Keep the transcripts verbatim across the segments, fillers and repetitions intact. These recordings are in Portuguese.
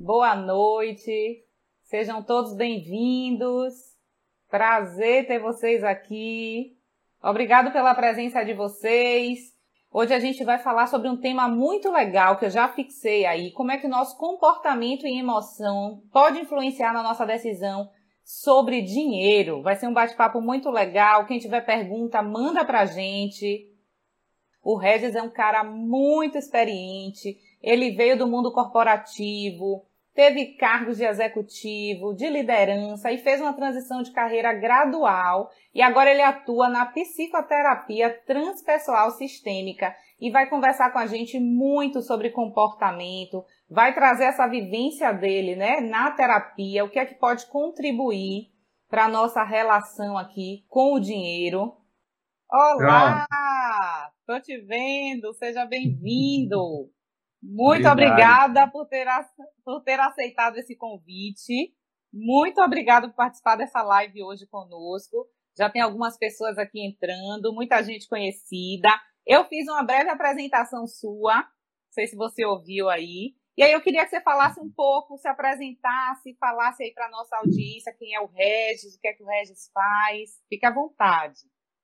boa noite, sejam todos bem-vindos, prazer ter vocês aqui, obrigado pela presença de vocês. Hoje a gente vai falar sobre um tema muito legal que eu já fixei aí, como é que o nosso comportamento e emoção pode influenciar na nossa decisão sobre dinheiro. Vai ser um bate-papo muito legal, quem tiver pergunta, manda pra gente. O Regis é um cara muito experiente, ele veio do mundo corporativo, teve cargos de executivo, de liderança e fez uma transição de carreira gradual e agora ele atua na psicoterapia transpessoal sistêmica e vai conversar com a gente muito sobre comportamento, vai trazer essa vivência dele, né, na terapia, o que é que pode contribuir para a nossa relação aqui com o dinheiro. Olá! Estou te vendo, seja bem-vindo. Muito Obrigado. obrigada por ter, por ter aceitado esse convite. Muito obrigada por participar dessa live hoje conosco. Já tem algumas pessoas aqui entrando, muita gente conhecida. Eu fiz uma breve apresentação sua, não sei se você ouviu aí. E aí eu queria que você falasse um pouco, se apresentasse, falasse aí para a nossa audiência quem é o Regis, o que é que o Regis faz. Fique à vontade.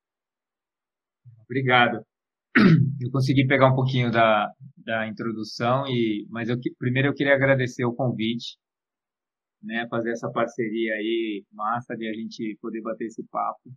Obrigado. Eu consegui pegar um pouquinho da, da introdução, e, mas eu, primeiro eu queria agradecer o convite, né, fazer essa parceria aí, massa de a gente poder bater esse papo.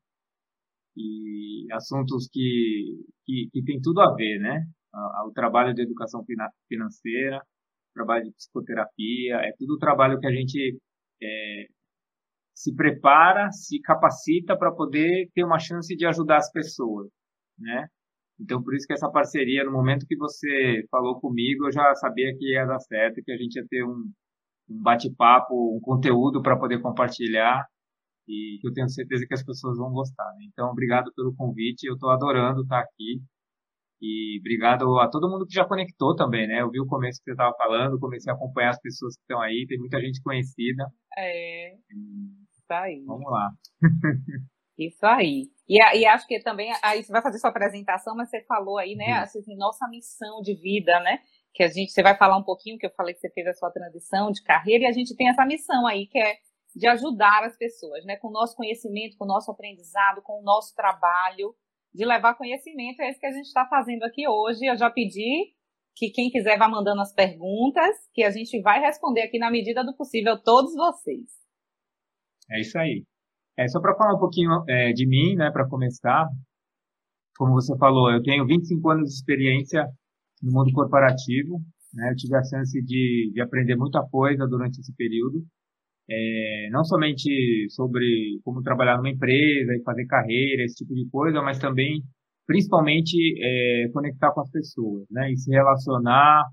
E assuntos que, que, que tem tudo a ver, né? O trabalho de educação financeira, o trabalho de psicoterapia, é tudo o trabalho que a gente é, se prepara, se capacita para poder ter uma chance de ajudar as pessoas, né? Então, por isso que essa parceria, no momento que você falou comigo, eu já sabia que ia dar certo, que a gente ia ter um, um bate-papo, um conteúdo para poder compartilhar e que eu tenho certeza que as pessoas vão gostar, né? Então, obrigado pelo convite, eu estou adorando estar aqui e obrigado a todo mundo que já conectou também, né? Eu vi o começo que você estava falando, comecei a acompanhar as pessoas que estão aí, tem muita gente conhecida. É, isso aí. Vamos lá. Isso aí. E, e acho que também, aí você vai fazer sua apresentação, mas você falou aí, né, assim, nossa missão de vida, né, que a gente, você vai falar um pouquinho, que eu falei que você fez a sua transição de carreira, e a gente tem essa missão aí, que é de ajudar as pessoas, né, com o nosso conhecimento, com o nosso aprendizado, com o nosso trabalho, de levar conhecimento, é isso que a gente está fazendo aqui hoje. Eu já pedi que quem quiser vá mandando as perguntas, que a gente vai responder aqui na medida do possível, todos vocês. É isso aí. É, só para falar um pouquinho é, de mim, né, para começar, como você falou, eu tenho vinte e cinco anos de experiência no mundo corporativo, né, eu tive a chance de, de aprender muita coisa durante esse período, é, não somente sobre como trabalhar numa empresa e fazer carreira, esse tipo de coisa, mas também, principalmente, é, conectar com as pessoas, né, e se relacionar,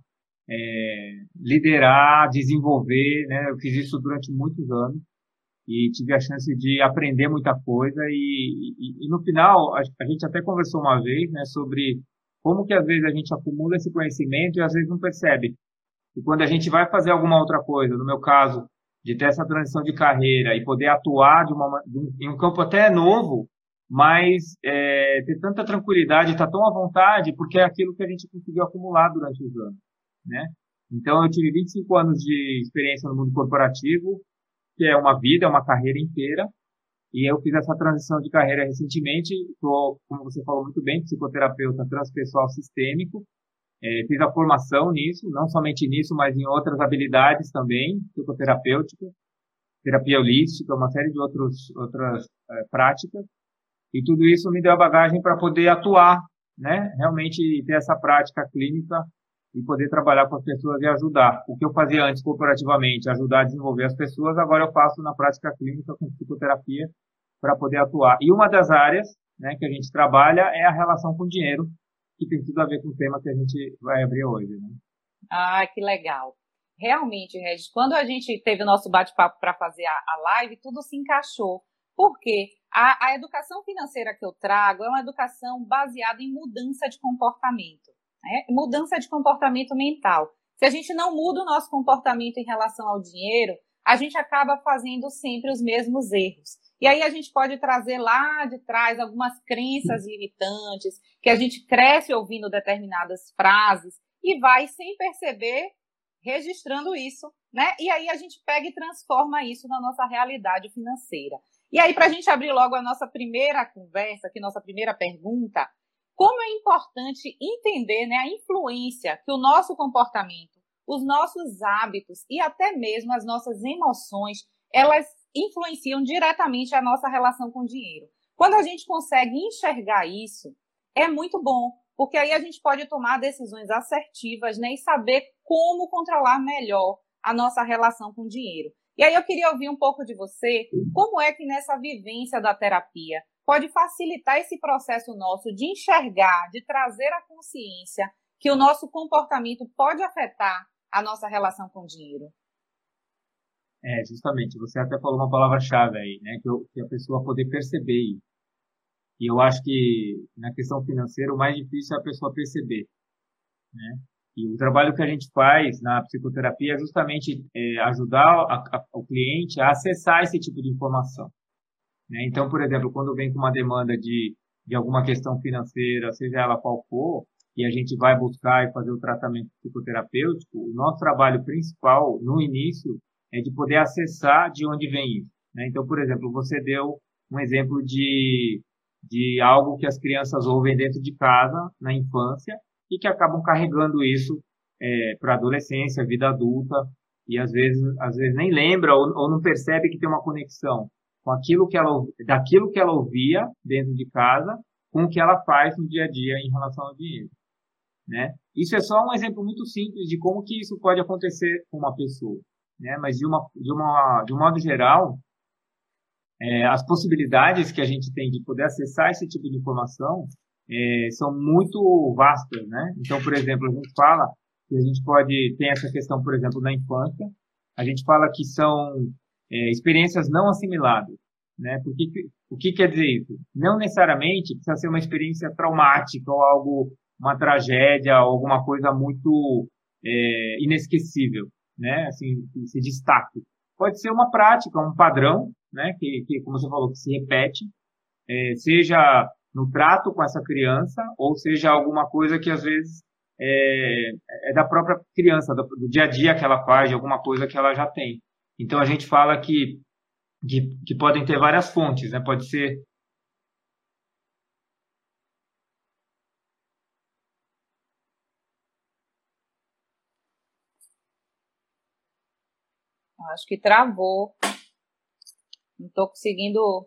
é, liderar, desenvolver, né, eu fiz isso durante muitos anos, e tive a chance de aprender muita coisa e, e, e no final a, a gente até conversou uma vez, né, sobre como que às vezes a gente acumula esse conhecimento e às vezes não percebe. E quando a gente vai fazer alguma outra coisa, no meu caso, de ter essa transição de carreira e poder atuar de uma, de um, em um campo até novo, mas é, ter tanta tranquilidade, estar tão à vontade, porque é aquilo que a gente conseguiu acumular durante os anos, né? Então eu tive vinte e cinco anos de experiência no mundo corporativo, que é uma vida, é uma carreira inteira, e eu fiz essa transição de carreira recentemente, estou, como você falou muito bem, psicoterapeuta transpessoal sistêmico, é, fiz a formação nisso, não somente nisso, mas em outras habilidades também, psicoterapêuticas, terapia holística, uma série de outros, outras é, práticas, e tudo isso me deu a bagagem para poder atuar, né, realmente ter essa prática clínica e poder trabalhar com as pessoas e ajudar. O que eu fazia antes corporativamente, ajudar a desenvolver as pessoas, agora eu faço na prática clínica com psicoterapia para poder atuar. E uma das áreas, né, que a gente trabalha é a relação com o dinheiro, que tem tudo a ver com o tema que a gente vai abrir hoje, né? Ah, que legal. Realmente, Regis, quando a gente teve o nosso bate-papo para fazer a, a live, tudo se encaixou. Por quê? A, a educação financeira que eu trago é uma educação baseada em mudança de comportamento. Né? Mudança de comportamento mental. Se a gente não muda o nosso comportamento em relação ao dinheiro, a gente acaba fazendo sempre os mesmos erros. E aí a gente pode trazer lá de trás algumas crenças limitantes, que a gente cresce ouvindo determinadas frases e vai, sem perceber, registrando isso né? E aí a gente pega e transforma isso na nossa realidade financeira. E aí, para a gente abrir logo a nossa primeira conversa, aqui, nossa primeira pergunta, como é importante entender, né, a influência que o nosso comportamento, os nossos hábitos e até mesmo as nossas emoções, elas influenciam diretamente a nossa relação com o dinheiro. Quando a gente consegue enxergar isso, é muito bom, porque aí a gente pode tomar decisões assertivas, né, e saber como controlar melhor a nossa relação com o dinheiro. E aí eu queria ouvir um pouco de você, como é que nessa vivência da terapia pode facilitar esse processo nosso de enxergar, de trazer a consciência que o nosso comportamento pode afetar a nossa relação com o dinheiro. É, justamente, você até falou uma palavra-chave aí, né, que, eu, que a pessoa poder perceber isso. E eu acho que na questão financeira o mais difícil é a pessoa perceber, né? E o trabalho que a gente faz na psicoterapia é justamente é, ajudar a, a, o cliente a acessar esse tipo de informação, né? Então, por exemplo, quando vem com uma demanda de, de alguma questão financeira, seja ela qual for, e a gente vai buscar e fazer o tratamento psicoterapêutico, o nosso trabalho principal, no início, é de poder acessar de onde vem isso, né? Então, por exemplo, você deu um exemplo de, de algo que as crianças ouvem dentro de casa, na infância, e que acabam carregando isso é, para a adolescência, vida adulta, e às vezes, às vezes nem lembra ou, ou não percebe que tem uma conexão com aquilo que ela, daquilo que ela ouvia dentro de casa com o que ela faz no dia a dia em relação ao dinheiro, né? Isso é só um exemplo muito simples de como que isso pode acontecer com uma pessoa, né? Mas de uma, de uma, de um modo geral, é, as possibilidades que a gente tem de poder acessar esse tipo de informação é, são muito vastas, né? Então, por exemplo, a gente fala que a gente pode ter essa questão, por exemplo, na infância, a gente fala que são é, experiências não assimiladas, né? Porque, o que quer dizer isso? Não necessariamente precisa ser uma experiência traumática ou algo, uma tragédia ou alguma coisa muito é, inesquecível, né? Assim, que se destaque. Pode ser uma prática, um padrão, né? Que, que como você falou, que se repete, é, seja no trato com essa criança, ou seja alguma coisa que às vezes é, é da própria criança, do, do dia a dia que ela faz, de alguma coisa que ela já tem. Então a gente fala que, que, que podem ter várias fontes, né? Pode ser. Acho que travou. Não estou conseguindo.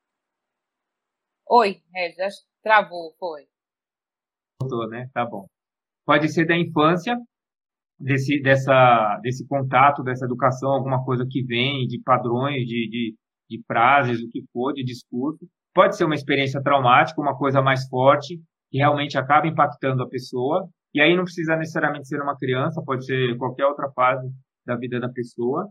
Oi, é, já travou, foi. Voltou, né? Tá bom. Pode ser da infância, desse, dessa, desse contato, dessa educação, alguma coisa que vem de padrões, de, de, de frases, o que for, de discurso. Pode ser uma experiência traumática, uma coisa mais forte, que realmente acaba impactando a pessoa. E aí não precisa necessariamente ser uma criança, pode ser qualquer outra fase da vida da pessoa.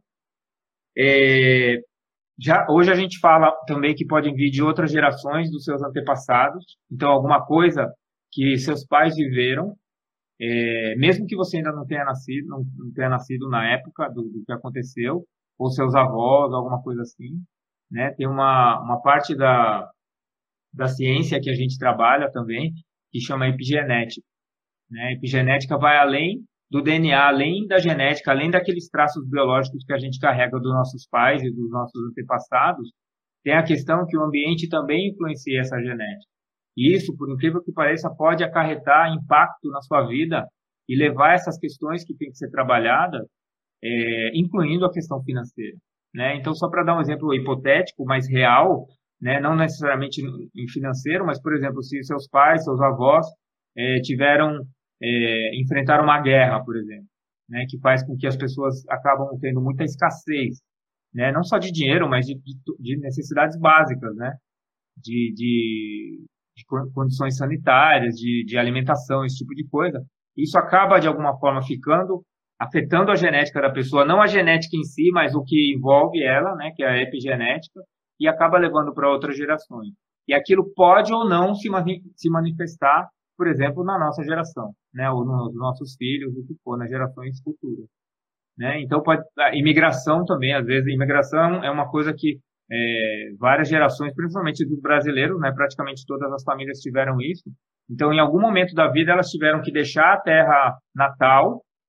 É, já, hoje a gente fala também que podem vir de outras gerações dos seus antepassados. Então, alguma coisa que seus pais viveram, é, mesmo que você ainda não tenha nascido, não, não tenha nascido na época do, do que aconteceu, ou seus avós, alguma coisa assim, né? Tem uma, uma parte da, da ciência que a gente trabalha também, que chama epigenética, né? Epigenética vai além do D N A, além da genética, além daqueles traços biológicos que a gente carrega dos nossos pais e dos nossos antepassados, tem a questão que o ambiente também influencia essa genética. E isso, por incrível que pareça, pode acarretar impacto na sua vida e levar essas questões que têm que ser trabalhadas, é, incluindo a questão financeira, né? Então, só para dar um exemplo hipotético, mas real, né? Não necessariamente em financeiro, mas, por exemplo, se seus pais, seus avós é, tiveram, é, enfrentaram uma guerra, por exemplo, né? Que faz com que as pessoas acabam tendo muita escassez, né? Não só de dinheiro, mas de, de, de necessidades básicas, né? De, de, de condições sanitárias, de, de alimentação, esse tipo de coisa. Isso acaba, de alguma forma, ficando, afetando a genética da pessoa, não a genética em si, mas o que envolve ela, né, que é a epigenética, e acaba levando para outras gerações. E aquilo pode ou não se, mani se manifestar, por exemplo, na nossa geração, né, ou nos nossos filhos, o que for, nas gerações futuras, né? Então, pode, a imigração também, às vezes, a imigração é uma coisa que é, várias gerações, principalmente dos brasileiros, né, praticamente todas as famílias tiveram isso. Então, em algum momento da vida, elas tiveram que deixar a terra natal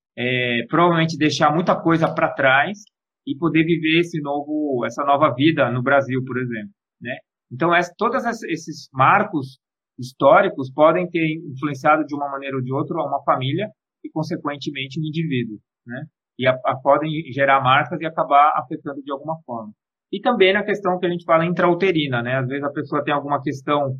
é, provavelmente deixar muita coisa para trás e poder viver esse novo, essa nova vida no Brasil, por exemplo, né? Então, essa, todos esses marcos históricos podem ter influenciado de uma maneira ou de outra uma família e, consequentemente, um indivíduo, né? E a, a, podem gerar marcas e acabar afetando de alguma forma. E também na questão que a gente fala intrauterina, né? Às vezes a pessoa tem alguma questão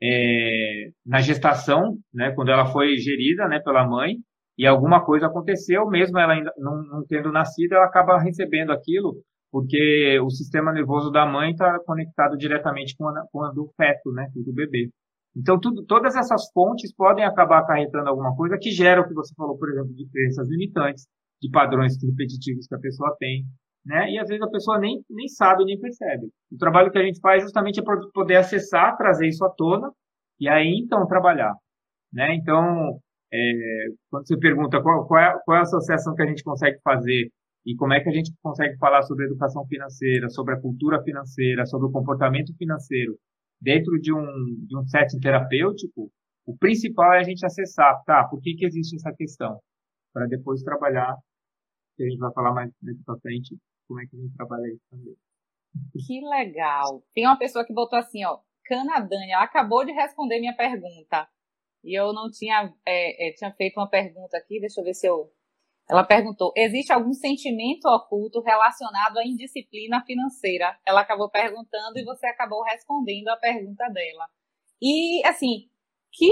é, na gestação, né? Quando ela foi gerida, né, pela mãe, e alguma coisa aconteceu, mesmo ela ainda não, não tendo nascido, ela acaba recebendo aquilo, porque o sistema nervoso da mãe está conectado diretamente com a, com a do feto, né, com do bebê. Então, tudo, todas essas fontes podem acabar acarretando alguma coisa que gera o que você falou, por exemplo, de crenças limitantes, de padrões repetitivos que a pessoa tem, né? E às vezes a pessoa nem, nem sabe, nem percebe. O trabalho que a gente faz justamente é poder acessar, trazer isso à tona, e aí então trabalhar, né? Então, é, quando você pergunta qual, qual, é, qual é a associação que a gente consegue fazer e como é que a gente consegue falar sobre educação financeira, sobre a cultura financeira, sobre o comportamento financeiro dentro de um, de um setting terapêutico, o principal é a gente acessar, tá, por que que existe essa questão? Para depois trabalhar, que a gente vai falar mais daqui para frente, como é que a gente trabalha isso também. Que legal. Tem uma pessoa que botou assim, ó, Canadânia, ela acabou de responder minha pergunta. E eu não tinha, é, é, tinha feito uma pergunta aqui, deixa eu ver se eu... Ela perguntou, existe algum sentimento oculto relacionado à indisciplina financeira? Ela acabou perguntando e você acabou respondendo a pergunta dela. E, assim, que,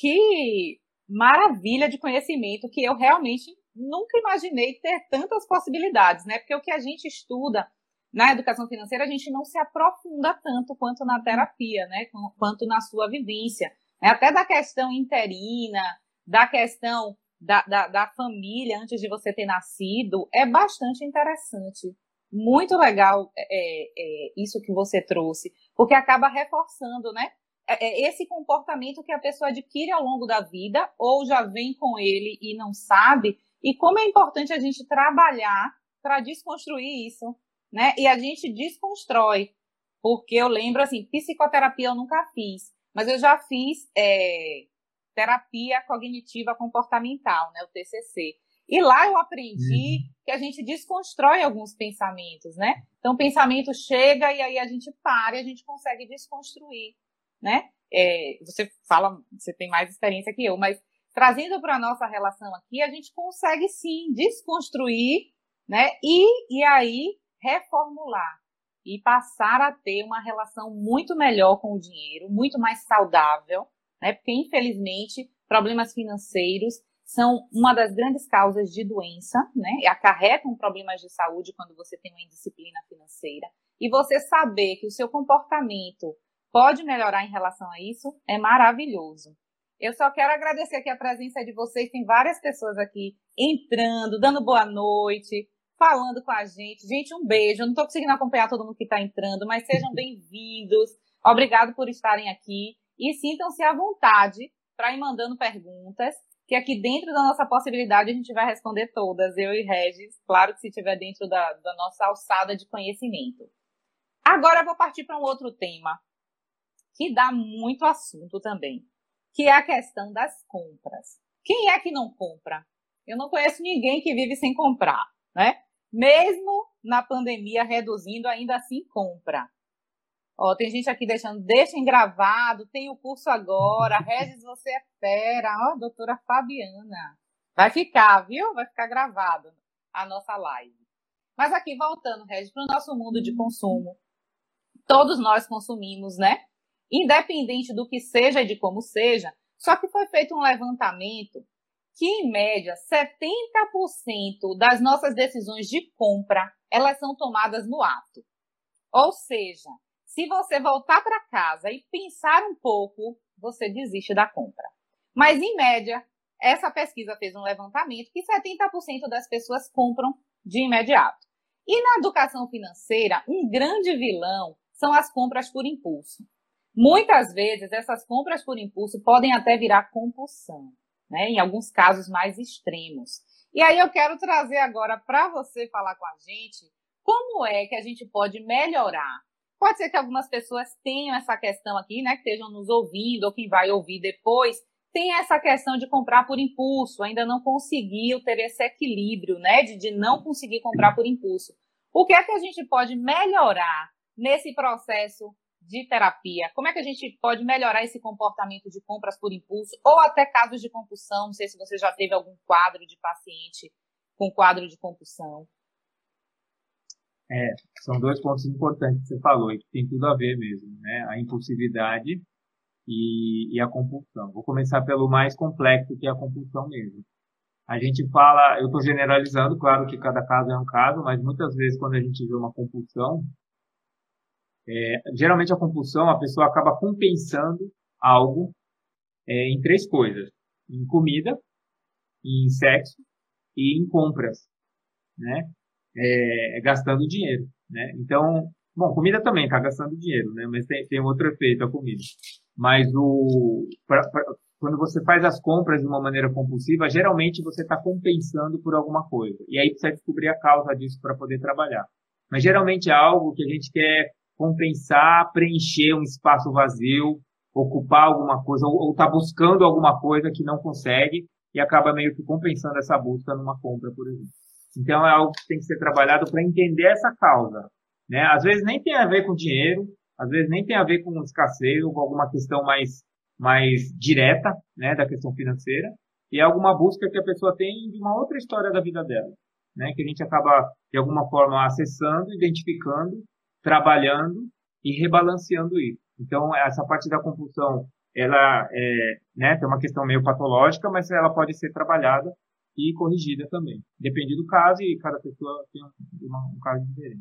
que maravilha de conhecimento que eu realmente nunca imaginei ter tantas possibilidades, né? Porque o que a gente estuda na educação financeira, a gente não se aprofunda tanto quanto na terapia, né? Quanto na sua vivência. Até da questão interina, da questão da, da, da família antes de você ter nascido, é bastante interessante. Muito legal é, é, isso que você trouxe, porque acaba reforçando, né? É, esse comportamento que a pessoa adquire ao longo da vida, ou já vem com ele e não sabe, e como é importante a gente trabalhar para desconstruir isso, né? E a gente desconstrói, porque eu lembro, assim, psicoterapia eu nunca fiz, mas eu já fiz é, terapia cognitiva comportamental, né, o T C C. E lá eu aprendi uhum. que a gente desconstrói alguns pensamentos, né? Então o pensamento chega e aí a gente para e a gente consegue desconstruir, né? É, você fala, você tem mais experiência que eu, mas trazendo para a nossa relação aqui, a gente consegue sim desconstruir, né? E, e aí reformular e passar a ter uma relação muito melhor com o dinheiro, muito mais saudável, né? Porque, infelizmente, problemas financeiros são uma das grandes causas de doença, né? E acarretam problemas de saúde quando você tem uma indisciplina financeira. E você saber que o seu comportamento pode melhorar em relação a isso é maravilhoso. Eu só quero agradecer aqui a presença de vocês. Tem várias pessoas aqui entrando, dando boa noite, falando com a gente. Gente, um beijo. Eu não estou conseguindo acompanhar todo mundo que está entrando, mas sejam bem-vindos. Obrigado por estarem aqui. E sintam-se à vontade para ir mandando perguntas, que aqui dentro da nossa possibilidade a gente vai responder todas, eu e Regis. Claro que se estiver dentro da, da nossa alçada de conhecimento. Agora eu vou partir para um outro tema, que dá muito assunto também, que é a questão das compras. Quem é que não compra? Eu não conheço ninguém que vive sem comprar, né? Mesmo na pandemia reduzindo, ainda assim compra. Ó, tem gente aqui deixando, deixem gravado, tem o curso agora, Regis, você é fera, ó, doutora Fabiana. Vai ficar, viu? Vai ficar gravado a nossa live. Mas aqui, voltando, Regis, para o nosso mundo de consumo, todos nós consumimos, né? Independente do que seja e de como seja, só que foi feito um levantamento que, em média, setenta por cento das nossas decisões de compra, elas são tomadas no ato. Ou seja, se você voltar para casa e pensar um pouco, você desiste da compra. Mas, em média, essa pesquisa fez um levantamento que setenta por cento das pessoas compram de imediato. E na educação financeira, um grande vilão são as compras por impulso. Muitas vezes, essas compras por impulso podem até virar compulsão, né? Em alguns casos mais extremos. E aí eu quero trazer agora para você falar com a gente como é que a gente pode melhorar. Pode ser que algumas pessoas tenham essa questão aqui, né? Que estejam nos ouvindo ou quem vai ouvir depois, tem essa questão de comprar por impulso, ainda não conseguiu ter esse equilíbrio, né, de, de não conseguir comprar por impulso. O que é que a gente pode melhorar nesse processo de terapia? Como é que a gente pode melhorar esse comportamento de compras por impulso ou até casos de compulsão? Não sei se você já teve algum quadro de paciente com quadro de compulsão. É, são dois pontos importantes que você falou e que tem tudo a ver mesmo, né? A impulsividade e, e a compulsão. Vou começar pelo mais complexo, que é a compulsão mesmo. A gente fala, eu estou generalizando, claro que cada caso é um caso, mas muitas vezes quando a gente vê uma compulsão, é, geralmente a compulsão, a pessoa acaba compensando algo é, em três coisas: em comida, em sexo e em compras, né? É, gastando dinheiro, né? Então, bom, comida também está gastando dinheiro, né? Mas tem, tem outro efeito a comida. Mas o, pra, pra, quando você faz as compras de uma maneira compulsiva, geralmente você está compensando por alguma coisa. E aí precisa descobrir a causa disso para poder trabalhar. Mas geralmente é algo que a gente quer compensar, preencher um espaço vazio, ocupar alguma coisa, ou está buscando alguma coisa que não consegue e acaba meio que compensando essa busca numa compra, por exemplo. Então, é algo que tem que ser trabalhado para entender essa causa, né? Às vezes nem tem a ver com dinheiro, às vezes nem tem a ver com escassez ou com alguma questão mais, mais direta, né, da questão financeira, e é alguma busca que a pessoa tem de uma outra história da vida dela, né, que a gente acaba, de alguma forma, acessando, identificando, trabalhando e rebalanceando isso. Então, essa parte da compulsão, ela é, né, tem uma questão meio patológica, mas ela pode ser trabalhada e corrigida também. Depende do caso e cada pessoa tem um, uma, um caso diferente.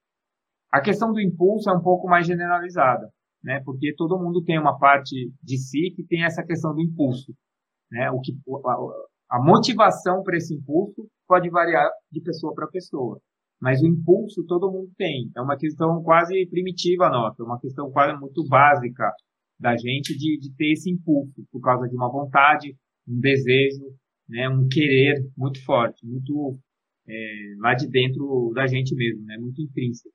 A questão do impulso é um pouco mais generalizada, né? Porque todo mundo tem uma parte de si que tem essa questão do impulso, né? O que, a, a motivação para esse impulso pode variar de pessoa para pessoa, mas o impulso todo mundo tem. É uma questão quase primitiva nossa, uma questão quase muito básica da gente de, de ter esse impulso por causa de uma vontade, um desejo, né, um querer muito forte, muito é, lá de dentro da gente mesmo, né, muito intrínseco.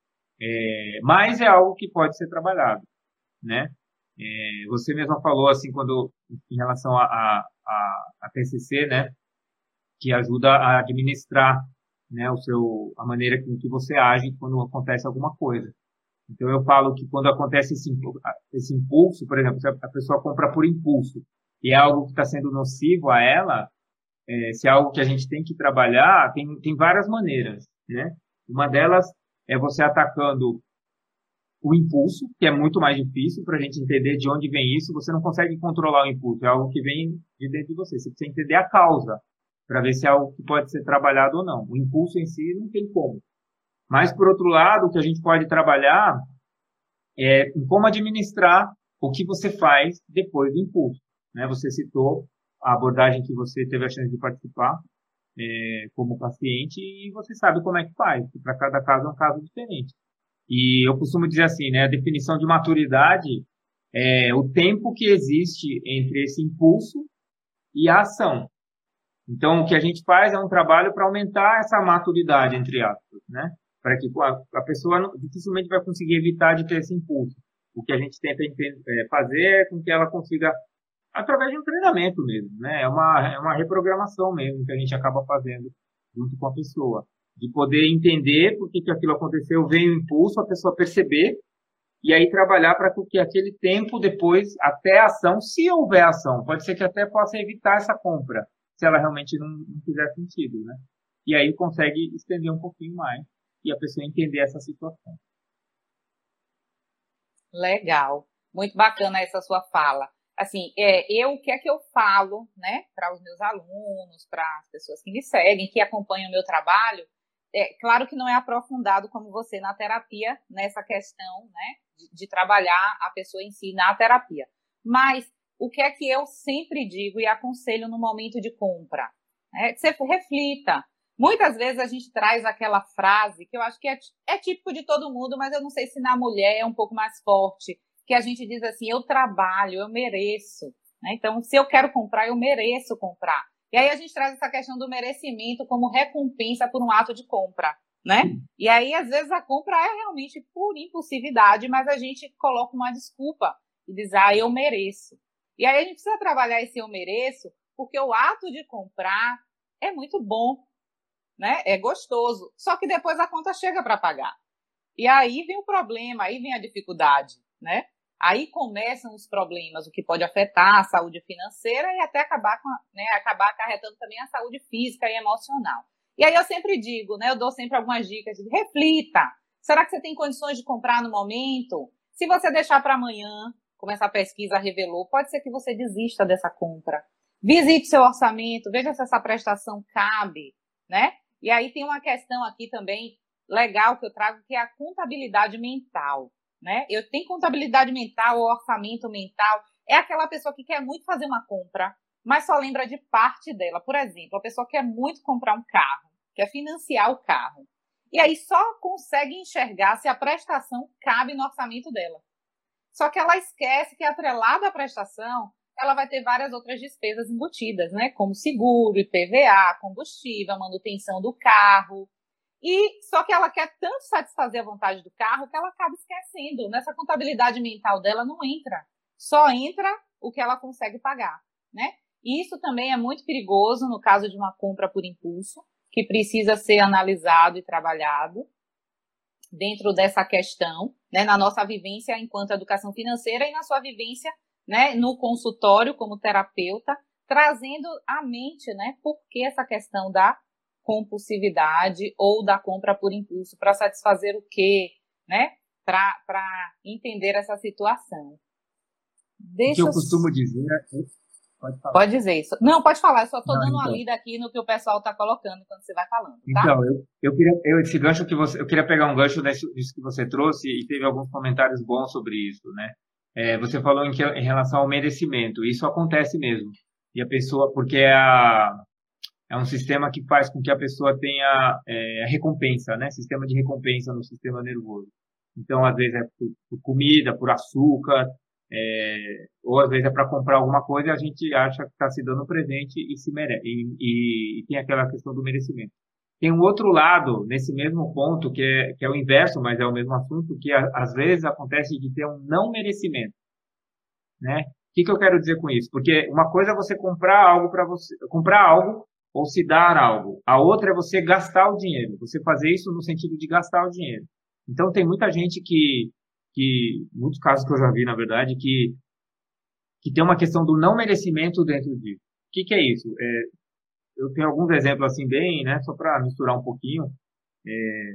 É, mas é algo que pode ser trabalhado, né? É, você mesma falou assim quando em relação a, a, a, a T C C, né, que ajuda a administrar, né, o seu a maneira com que você age quando acontece alguma coisa. Então eu falo que quando acontece esse, esse impulso, por exemplo, se a pessoa compra por impulso e é algo que está sendo nocivo a ela, é, se é algo que a gente tem que trabalhar, tem, tem várias maneiras, né? Uma delas é você atacando o impulso, que é muito mais difícil para a gente entender de onde vem isso. Você não consegue controlar o impulso, é algo que vem de dentro de você. Você precisa entender a causa para ver se é algo que pode ser trabalhado ou não. O impulso em si não tem como. Mas, por outro lado, o que a gente pode trabalhar é em como administrar o que você faz depois do impulso, né? Você citou a abordagem que você teve a chance de participar é, como paciente e você sabe como é que faz, porque para cada caso é um caso diferente. E eu costumo dizer assim, né, a definição de maturidade é o tempo que existe entre esse impulso e a ação. Então, o que a gente faz é um trabalho para aumentar essa maturidade, entre aspas, né? Para que a pessoa não, dificilmente vai conseguir evitar de ter esse impulso. O que a gente tenta fazer é com que ela consiga, através de um treinamento mesmo, né? É uma, é uma reprogramação mesmo que a gente acaba fazendo junto com a pessoa. De poder entender por que, que aquilo aconteceu, veio o impulso, a pessoa perceber, e aí trabalhar para que aquele tempo depois, até a ação, se houver ação, pode ser que até possa evitar essa compra, se ela realmente não, não fizer sentido, né? E aí consegue estender um pouquinho mais e a pessoa entender essa situação. Legal. Muito bacana essa sua fala. Assim, é, eu, o que é que eu falo, né, para os meus alunos, para as pessoas que me seguem, que acompanham o meu trabalho, é claro que não é aprofundado como você na terapia, nessa questão, né, de, de trabalhar a pessoa em si na terapia. Mas o que é que eu sempre digo e aconselho no momento de compra? É que você reflita. Muitas vezes a gente traz aquela frase que eu acho que é, é típico de todo mundo, mas eu não sei se na mulher é um pouco mais forte, que a gente diz assim, eu trabalho, eu mereço, né? Então, se eu quero comprar, eu mereço comprar. E aí a gente traz essa questão do merecimento como recompensa por um ato de compra, né? E aí, às vezes, a compra é realmente por impulsividade, mas a gente coloca uma desculpa e diz, ah, eu mereço. E aí a gente precisa trabalhar esse eu mereço, porque o ato de comprar é muito bom, né? É gostoso. Só que depois a conta chega para pagar. E aí vem o problema, aí vem a dificuldade, né? Aí começam os problemas, o que pode afetar a saúde financeira e até acabar, com, né, acabar acarretando também a saúde física e emocional. E aí eu sempre digo, né, eu dou sempre algumas dicas, reflita, será que você tem condições de comprar no momento? Se você deixar para amanhã, como essa pesquisa revelou, pode ser que você desista dessa compra. Visite seu orçamento, veja se essa prestação cabe, né? E aí tem uma questão aqui também legal que eu trago, que é a contabilidade mental, né? Eu tenho contabilidade mental, ou orçamento mental, é aquela pessoa que quer muito fazer uma compra, mas só lembra de parte dela. Por exemplo, a pessoa quer muito comprar um carro, quer financiar o carro, e aí só consegue enxergar se a prestação cabe no orçamento dela. Só que ela esquece que, atrelada à prestação, ela vai ter várias outras despesas embutidas, né? Como seguro, I P V A, combustível, manutenção do carro. E só que ela quer tanto satisfazer a vontade do carro que ela acaba esquecendo. Nessa contabilidade mental dela não entra. Só entra o que ela consegue pagar, né? E isso também é muito perigoso no caso de uma compra por impulso, que precisa ser analisado e trabalhado dentro dessa questão, né, na nossa vivência enquanto educação financeira e na sua vivência, né, no consultório como terapeuta, trazendo à mente, né, por que essa questão da compulsividade ou da compra por impulso, para satisfazer o quê, né, para entender essa situação. Deixa o que eu costumo dizer... Pode falar. Pode dizer isso. Não, pode falar, eu só estou dando então uma lida aqui no que o pessoal está colocando quando você vai falando, tá? Então, eu, eu queria, eu, esse gancho que você, eu queria pegar um gancho disso, disso que você trouxe e teve alguns comentários bons sobre isso, né? É, você falou em, que, em relação ao merecimento, isso acontece mesmo. E a pessoa, porque é, a, é um sistema que faz com que a pessoa tenha é, recompensa, né? Sistema de recompensa no sistema nervoso. Então, às vezes é por, por comida, por açúcar, É, ou às vezes é para comprar alguma coisa e a gente acha que está se dando um presente e se merece, e, e, e tem aquela questão do merecimento. Tem um outro lado nesse mesmo ponto que é, que é o inverso, mas é o mesmo assunto, que a, às vezes acontece de ter um não merecimento, né? O que, que eu quero dizer com isso? Porque uma coisa é você comprar algo para você, comprar algo ou se dar algo. A outra é você gastar o dinheiro. Você fazer isso no sentido de gastar o dinheiro. Então tem muita gente que que muitos casos que eu já vi, na verdade, que, que tem uma questão do não merecimento dentro disso. O que, que é isso? É, eu tenho alguns exemplos assim bem, né, só para misturar um pouquinho. É,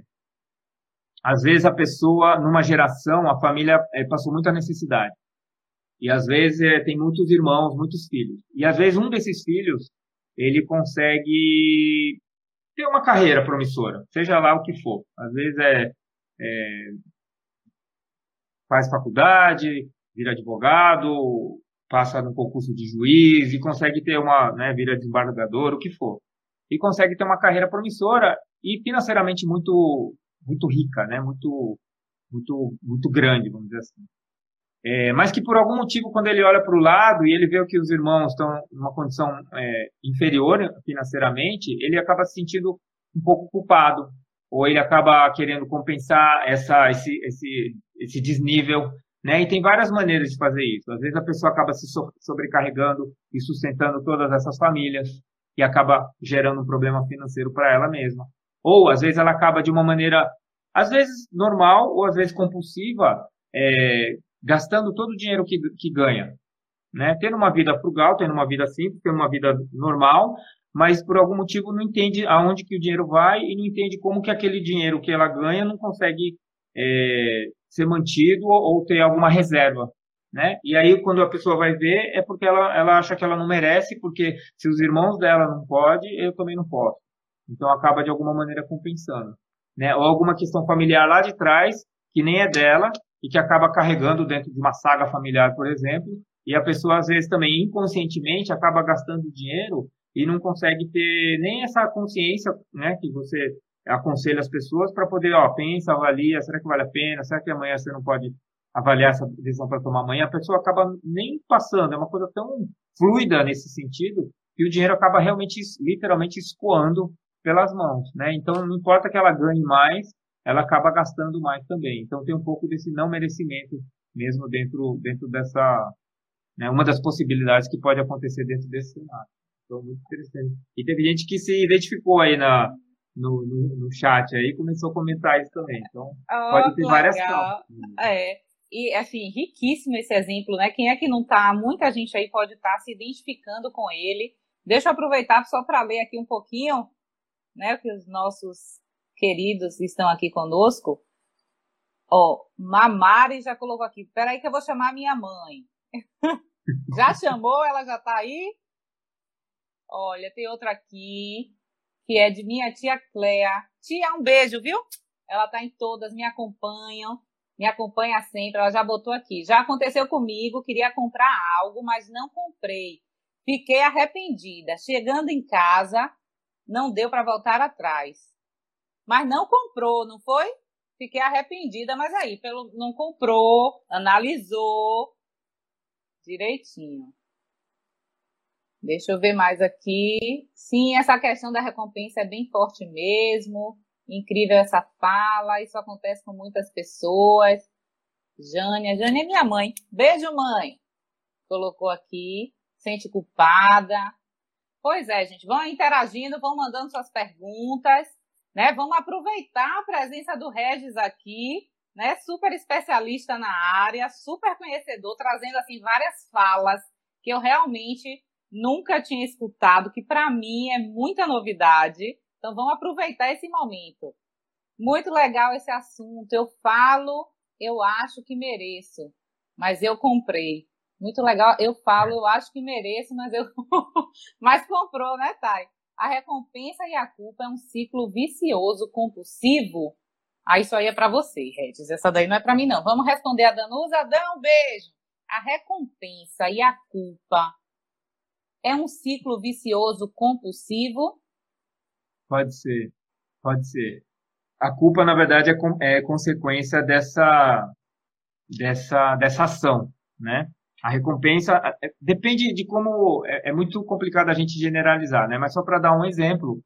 às vezes a pessoa, numa geração, a família é, passou muita necessidade. E às vezes é, tem muitos irmãos, muitos filhos. E às vezes um desses filhos, ele consegue ter uma carreira promissora, seja lá o que for. Às vezes é, é faz faculdade, vira advogado, passa no concurso de juiz e consegue ter uma, né, vira desembargador, o que for. E consegue ter uma carreira promissora e financeiramente muito, muito rica, né, muito, muito, muito grande, vamos dizer assim. É, mas que por algum motivo, quando ele olha para o lado e ele vê que os irmãos estão em uma condição é, inferior financeiramente, ele acaba se sentindo um pouco culpado, ou ele acaba querendo compensar essa, esse, esse, esse desnível, né? E tem várias maneiras de fazer isso. Às vezes a pessoa acaba se sobrecarregando e sustentando todas essas famílias e acaba gerando um problema financeiro para ela mesma. Ou às vezes ela acaba de uma maneira, às vezes normal ou às vezes compulsiva, é, gastando todo o dinheiro que, que ganha, né? Tendo uma vida frugal, tendo uma vida simples, tendo uma vida normal, mas por algum motivo não entende aonde que o dinheiro vai e não entende como que aquele dinheiro que ela ganha não consegue é, ser mantido ou, ou ter alguma reserva, né? E aí quando a pessoa vai ver é porque ela, ela acha que ela não merece, porque se os irmãos dela não podem, eu também não posso. Então acaba de alguma maneira compensando, né? Ou alguma questão familiar lá de trás que nem é dela e que acaba carregando dentro de uma saga familiar, por exemplo, e a pessoa às vezes também inconscientemente acaba gastando dinheiro e não consegue ter nem essa consciência, né, que você aconselha as pessoas para poder, ó, pensa, avalia, será que vale a pena, será que amanhã você não pode avaliar essa decisão para tomar amanhã? A pessoa acaba nem passando, é uma coisa tão fluida nesse sentido que o dinheiro acaba realmente, literalmente escoando pelas mãos, né? Então não importa que ela ganhe mais, ela acaba gastando mais também. Então tem um pouco desse não merecimento mesmo dentro, dentro dessa, né? Uma das possibilidades que pode acontecer dentro desse cenário. Então, muito interessante. E teve gente que se identificou aí na, no, no, no chat aí e começou a comentar isso também. Então, pode Oh, ter que várias causas. legal. É. E, assim, riquíssimo esse exemplo, né? Quem é que não tá? Muita gente aí pode estar se identificando com ele. Deixa eu aproveitar só para ler aqui um pouquinho, né? Que os nossos queridos estão aqui conosco. Ó, Mamari já colocou aqui. Peraí que eu vou chamar minha mãe. Já chamou? Ela já tá aí? Olha, tem outra aqui, que é de minha tia Cléa. Tia, um beijo, viu? Ela tá em todas, me acompanham, me acompanha sempre, ela já botou aqui. Já aconteceu comigo, queria comprar algo, mas não comprei. Fiquei arrependida. Chegando em casa, não deu para voltar atrás. Mas não comprou, não foi? Fiquei arrependida, mas aí, pelo, não comprou, analisou direitinho. Deixa eu ver mais aqui. Sim, essa questão da recompensa é bem forte mesmo. Incrível essa fala. Isso acontece com muitas pessoas. Jânia. Jânia é minha mãe. Beijo, mãe. Colocou aqui. Sente culpada. Pois é, gente. Vão interagindo, vão mandando suas perguntas, né? Vamos aproveitar a presença do Regis aqui, né? Super especialista na área, super conhecedor, trazendo assim várias falas que eu realmente nunca tinha escutado, que para mim é muita novidade. Então vamos aproveitar esse momento. Muito legal esse assunto. Eu falo, eu acho que mereço, mas eu comprei. Muito legal. Eu falo, eu acho que mereço, mas eu mas comprou, né, Thay? A recompensa e a culpa é um ciclo vicioso, compulsivo. Ah, isso aí é para você, Regis. Essa daí não é para mim, não. Vamos responder a Danusa. Dan, um beijo. A recompensa e a culpa é um ciclo vicioso compulsivo? Pode ser, pode ser. A culpa, na verdade, é, com, é consequência dessa, dessa, dessa ação, né? A recompensa é, depende de como... É, é muito complicado a gente generalizar, né? Mas só para dar um exemplo,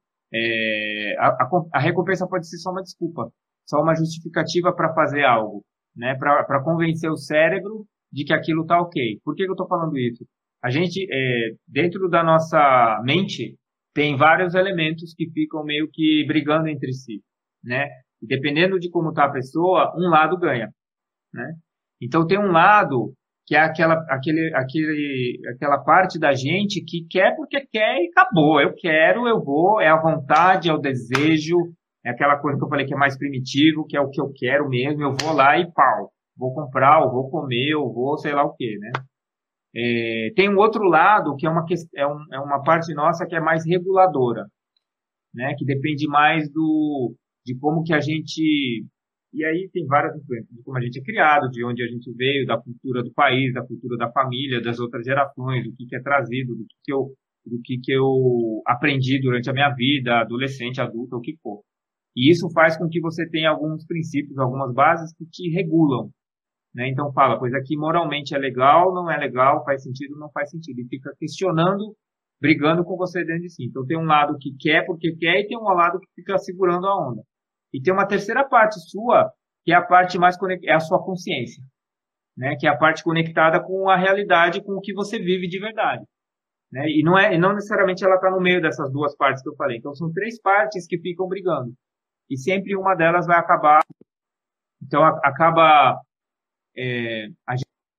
é, a, a, a recompensa pode ser só uma desculpa, só uma justificativa para fazer algo, né? Para convencer o cérebro de que aquilo está ok. Por que, que eu estou falando isso? A gente, é, dentro da nossa mente, tem vários elementos que ficam meio que brigando entre si, né? E dependendo de como está a pessoa, um lado ganha, né? Então, tem um lado que é aquela, aquele, aquele, aquela parte da gente que quer porque quer e acabou. Eu quero, eu vou, é a vontade, é o desejo, é aquela coisa que eu falei que é mais primitivo, que é o que eu quero mesmo, eu vou lá e pau, vou comprar, eu vou comer, eu vou sei lá o quê, né? É, tem um outro lado que é uma, é, um, é uma parte nossa que é mais reguladora, né? Que depende mais do, de como que a gente... E aí tem várias influências, de como a gente é criado, de onde a gente veio, da cultura do país, da cultura da família, das outras gerações, do que, que é trazido, do que, que eu, do que, que eu aprendi durante a minha vida, adolescente, adulto, o que for. E isso faz com que você tenha alguns princípios, algumas bases que te regulam, né? Então fala, pois aqui moralmente é legal, não é legal, faz sentido, não faz sentido. E fica questionando, brigando com você dentro de si. Então tem um lado que quer porque quer e tem um lado que fica segurando a onda. E tem uma terceira parte sua, que é a parte mais conectada, é a sua consciência, né? Que é a parte conectada com a realidade, com o que você vive de verdade, né? E não é, e não necessariamente ela está no meio dessas duas partes que eu falei. Então são três partes que ficam brigando. E sempre uma delas vai acabar. Então a, acaba é, a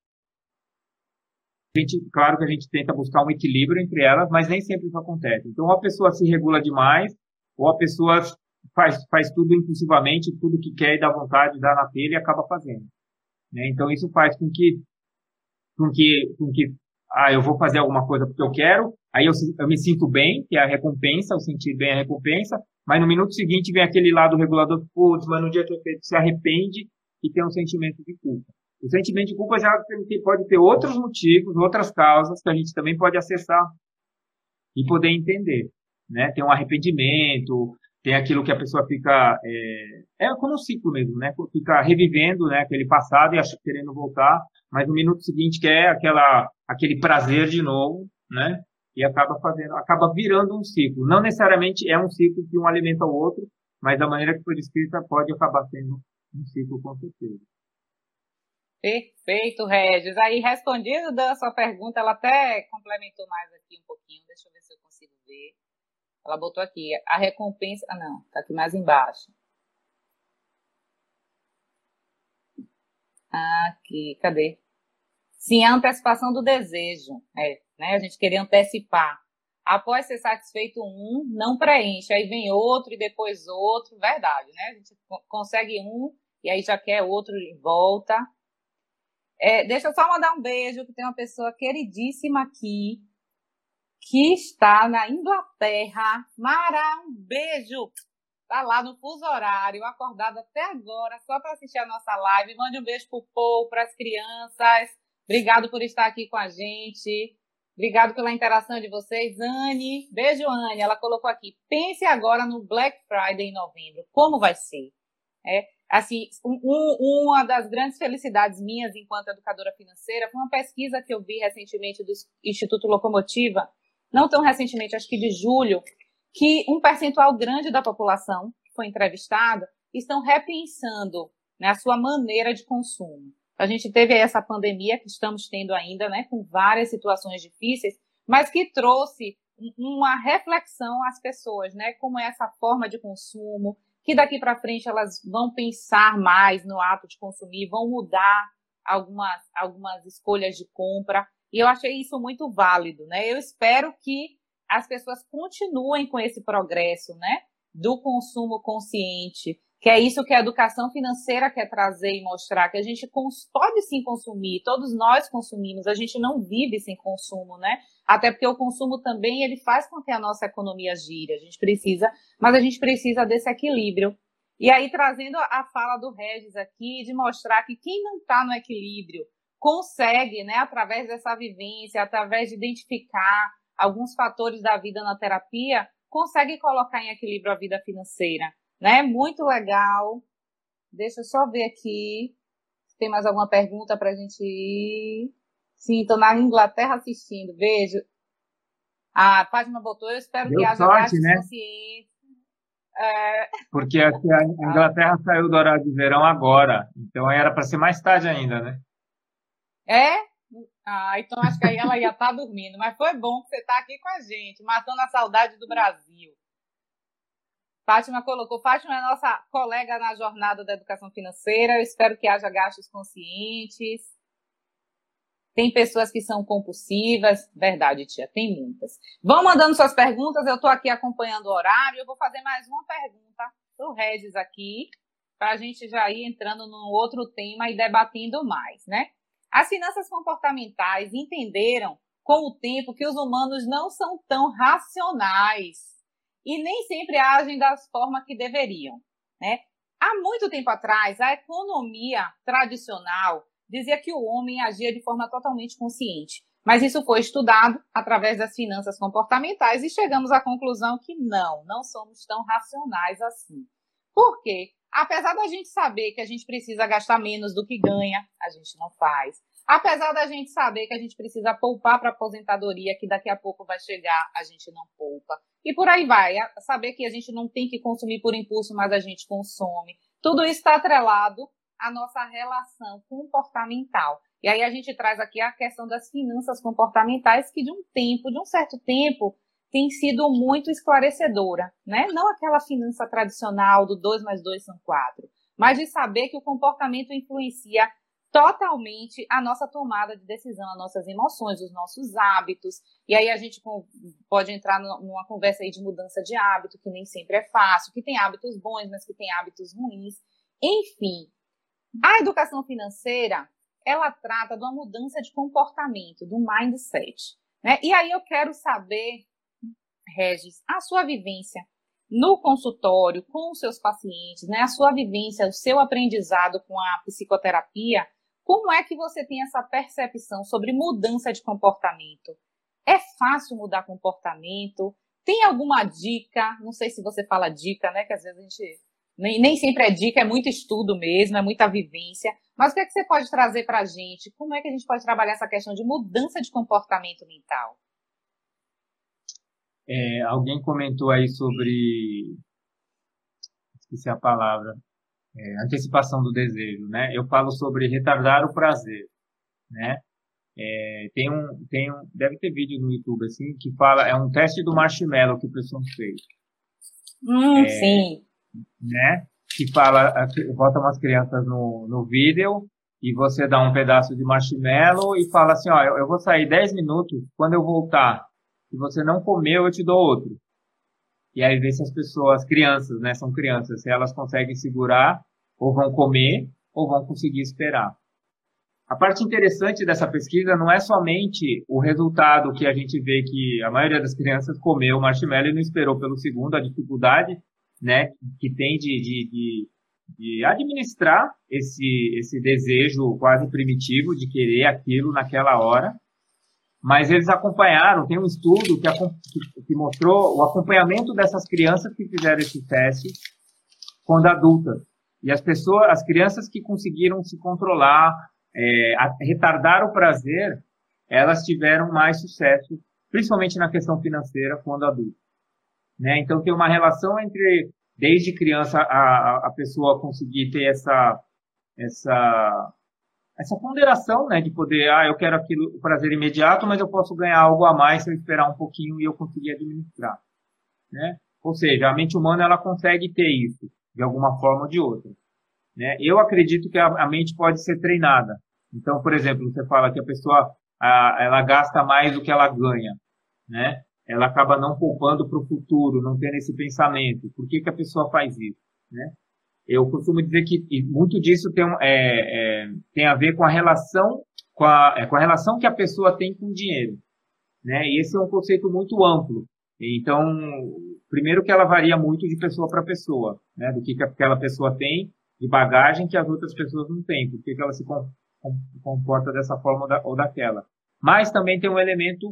gente, claro que a gente tenta buscar um equilíbrio entre elas, mas nem sempre isso acontece. Então ou a pessoa se regula demais, ou a pessoa faz, faz tudo impulsivamente, tudo que quer e dá vontade, dá na telha e acaba fazendo, né? Então isso faz com que, com que, com que, ah, eu vou fazer alguma coisa porque eu quero, aí eu, eu me sinto bem, que é a recompensa, eu sentir bem a recompensa, mas no minuto seguinte vem aquele lado regulador, putz, mas no dia que eu feito, se arrepende e tem um sentimento de culpa. O sentimento de culpa já pode ter outros motivos, outras causas que a gente também pode acessar e poder entender, né? Tem um arrependimento, tem aquilo que a pessoa fica... É, é como um ciclo mesmo, né? Fica revivendo, né, aquele passado e acha, querendo voltar, mas no minuto seguinte quer aquela, aquele prazer de novo, né? E acaba fazendo, acaba virando um ciclo. Não necessariamente é um ciclo que um alimenta o outro, mas da maneira que foi descrita pode acabar sendo um ciclo com certeza. Perfeito, Regis. Aí, respondido da sua pergunta, ela até complementou mais aqui um pouquinho. Deixa eu ver se eu consigo ver. Ela botou aqui, a recompensa... Ah, não, tá aqui mais embaixo. Aqui, cadê? Sim, a antecipação do desejo. É, né? A gente queria antecipar. Após ser satisfeito um, não preenche. Aí vem outro e depois outro. Verdade, né? A gente consegue um e aí já quer outro em volta. É, deixa eu só mandar um beijo, que tem uma pessoa queridíssima aqui, que está na Inglaterra. Mara, um beijo! Está lá no fuso horário, acordada até agora, só para assistir a nossa live. Mande um beijo para o povo, para as crianças. Obrigado por estar aqui com a gente. Obrigado pela interação de vocês. Anne, beijo, Anne. Ela colocou aqui, pense agora no Black Friday em novembro. Como vai ser? É, assim, um, uma das grandes felicidades minhas enquanto educadora financeira foi uma pesquisa que eu vi recentemente do Instituto Locomotiva, não tão recentemente, acho que de julho, que um percentual grande da população que foi entrevistada estão repensando, né, a sua maneira de consumo. A gente teve essa pandemia que estamos tendo ainda, né, com várias situações difíceis, mas que trouxe uma reflexão às pessoas, né, como é essa forma de consumo, que daqui para frente elas vão pensar mais no ato de consumir, vão mudar algumas, algumas escolhas de compra, e eu achei isso muito válido, né? Eu espero que as pessoas continuem com esse progresso, né, do consumo consciente, que é isso que a educação financeira quer trazer e mostrar, que a gente pode sim consumir, todos nós consumimos, a gente não vive sem consumo, né? Até porque o consumo também, ele faz com que a nossa economia gire, a gente precisa, mas a gente precisa desse equilíbrio. E aí, trazendo a fala do Regis aqui, de mostrar que quem não está no equilíbrio consegue, né, através dessa vivência, através de identificar alguns fatores da vida na terapia, consegue colocar em equilíbrio a vida financeira, né? Muito legal. Deixa eu só ver aqui se tem mais alguma pergunta para a gente ir. Sim, estou na Inglaterra assistindo. Beijo. A Fátima botou, eu espero Deu que haja sorte, gastos né? conscientes. É... Porque a Inglaterra saiu do horário de verão agora, então era para ser mais tarde ainda, né? É? Ah, então acho que aí ela ia estar dormindo. Mas foi bom que você está aqui com a gente, matando a saudade do Brasil. Fátima colocou, Fátima é nossa colega na jornada da educação financeira, eu espero que haja gastos conscientes. Tem pessoas que são compulsivas, verdade, tia, tem muitas. Vão mandando suas perguntas, eu estou aqui acompanhando o horário, eu vou fazer mais uma pergunta para o Regis aqui, para a gente já ir entrando num outro tema e debatendo mais, né? As finanças comportamentais entenderam com o tempo que os humanos não são tão racionais e nem sempre agem da forma que deveriam, né? Há muito tempo atrás, a economia tradicional dizia que o homem agia de forma totalmente consciente, mas isso foi estudado através das finanças comportamentais e chegamos à conclusão que não, não somos tão racionais assim. Por quê? Apesar da gente saber que a gente precisa gastar menos do que ganha, a gente não faz. Apesar da gente saber que a gente precisa poupar para a aposentadoria, que daqui a pouco vai chegar, a gente não poupa. E por aí vai. Saber que a gente não tem que consumir por impulso, mas a gente consome. Tudo isso está atrelado à nossa relação comportamental. E aí a gente traz aqui a questão das finanças comportamentais, que de um tempo, de um certo tempo, tem sido muito esclarecedora, né? Não aquela finança tradicional do dois mais dois são quatro, mas de saber que o comportamento influencia totalmente a nossa tomada de decisão, as nossas emoções, os nossos hábitos. E aí a gente pode entrar numa conversa aí de mudança de hábito, que nem sempre é fácil, que tem hábitos bons, mas que tem hábitos ruins. Enfim, a educação financeira, ela trata de uma mudança de comportamento, do mindset, né? E aí eu quero saber, Regis, a sua vivência no consultório com os seus pacientes, né? A sua vivência, o seu aprendizado com a psicoterapia, como é que você tem essa percepção sobre mudança de comportamento? É fácil mudar comportamento? Tem alguma dica? Não sei se você fala dica, né? Que às vezes a gente nem, nem sempre é dica, é muito estudo mesmo, é muita vivência. Mas o que é que você pode trazer para a gente? Como é que a gente pode trabalhar essa questão de mudança de comportamento mental? É, alguém comentou aí sobre... Esqueci a palavra. é, antecipação do desejo, né? Eu falo sobre retardar o prazer, né? É, tem um, tem um, deve ter vídeo no YouTube assim que fala, é um teste do marshmallow que o pessoal fez, Hum, sim. né? Que fala, bota umas crianças no, no vídeo e você dá um pedaço de marshmallow e fala assim, ó, eu, eu vou sair dez minutos, quando eu voltar, se você não comeu, eu te dou outro. E aí vê se as pessoas, as crianças, né, são crianças, se elas conseguem segurar, ou vão comer, ou vão conseguir esperar. A parte interessante dessa pesquisa não é somente o resultado que a gente vê que a maioria das crianças comeu o marshmallow e não esperou pelo segundo, a dificuldade, né, que tem de, de, de, de administrar esse, esse desejo quase primitivo de querer aquilo naquela hora, mas eles acompanharam, tem um estudo que, que mostrou o acompanhamento dessas crianças que fizeram esse teste quando adultas. E as pessoas, as crianças que conseguiram se controlar, é, a, retardar o prazer, elas tiveram mais sucesso, principalmente na questão financeira, quando adultas. Né? Então tem uma relação entre, desde criança, a, a pessoa conseguir ter essa, essa, essa ponderação, né, de poder, ah, eu quero aquilo, o prazer imediato, mas eu posso ganhar algo a mais se eu esperar um pouquinho e eu conseguir administrar, né? Ou seja, a mente humana ela consegue ter isso de alguma forma ou de outra, né? Eu acredito que a, a mente pode ser treinada. Então, por exemplo, você fala que a pessoa a, ela gasta mais do que ela ganha, né? Ela acaba não poupando para o futuro, não tendo esse pensamento. Por que que a pessoa faz isso, né? Eu costumo dizer que muito disso tem, é, é, tem a ver com a relação com a, é, com a relação que a pessoa tem com o dinheiro, né? E esse é um conceito muito amplo. Então, primeiro que ela varia muito de pessoa para pessoa, né? Do que, que aquela pessoa tem de bagagem que as outras pessoas não têm, por que ela se com, com, comporta dessa forma ou, da, ou daquela. Mas também tem um elemento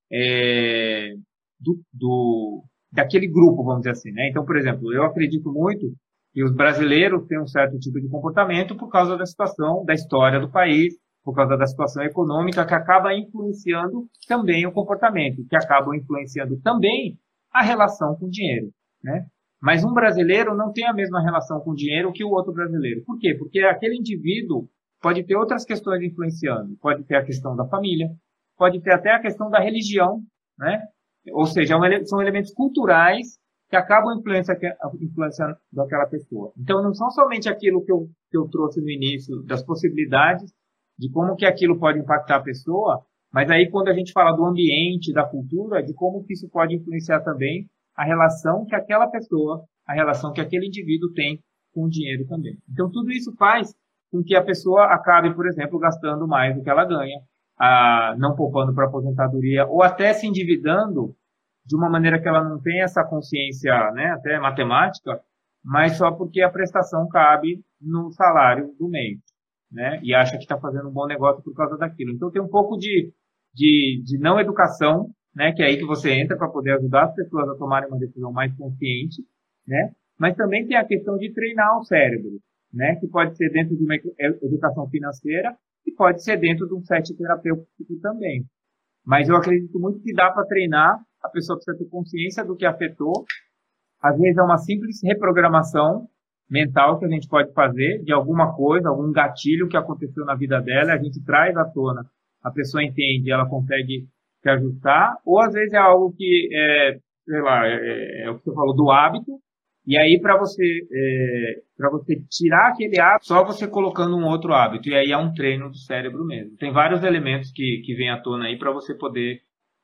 é, do, do, daquele grupo, vamos dizer assim, né? Então, por exemplo, eu acredito muito que os brasileiros têm um certo tipo de comportamento por causa da situação, da história do país, por causa da situação econômica, que acaba influenciando também o comportamento, que acaba influenciando também a relação com o dinheiro, né? Mas um brasileiro não tem a mesma relação com o dinheiro que o outro brasileiro. Por quê? Porque aquele indivíduo pode ter outras questões influenciando. Pode ter a questão da família, pode ter até a questão da religião, né? Ou seja, são elementos culturais que acabam influenciando aquela pessoa. Então, não são somente aquilo que eu, que eu trouxe no início, das possibilidades, de como que aquilo pode impactar a pessoa, mas aí quando a gente fala do ambiente, da cultura, de como que isso pode influenciar também a relação que aquela pessoa, a relação que aquele indivíduo tem com o dinheiro também. Então, tudo isso faz com que a pessoa acabe, por exemplo, gastando mais do que ela ganha, a, não poupando para a aposentadoria, ou até se endividando de uma maneira que ela não tem essa consciência, né, até matemática, mas só porque a prestação cabe no salário do mês, né, e acha que está fazendo um bom negócio por causa daquilo. Então tem um pouco de, de, de não educação, né, que é aí que você entra para poder ajudar as pessoas a tomarem uma decisão mais consciente, né, mas também tem a questão de treinar o cérebro, né, que pode ser dentro de uma educação financeira e pode ser dentro de um set terapêutico também. Mas eu acredito muito que dá para treinar, a pessoa precisa ter consciência do que afetou. Às vezes é uma simples reprogramação mental que a gente pode fazer de alguma coisa, algum gatilho que aconteceu na vida dela, a gente traz à tona, a pessoa entende, ela consegue se ajustar, ou às vezes é algo que, é, sei lá, é, é o que você falou do hábito, e aí para você, é, para você tirar aquele hábito, só você colocando um outro hábito, e aí é um treino do cérebro mesmo. Tem vários elementos que, que vêm à tona aí para você poder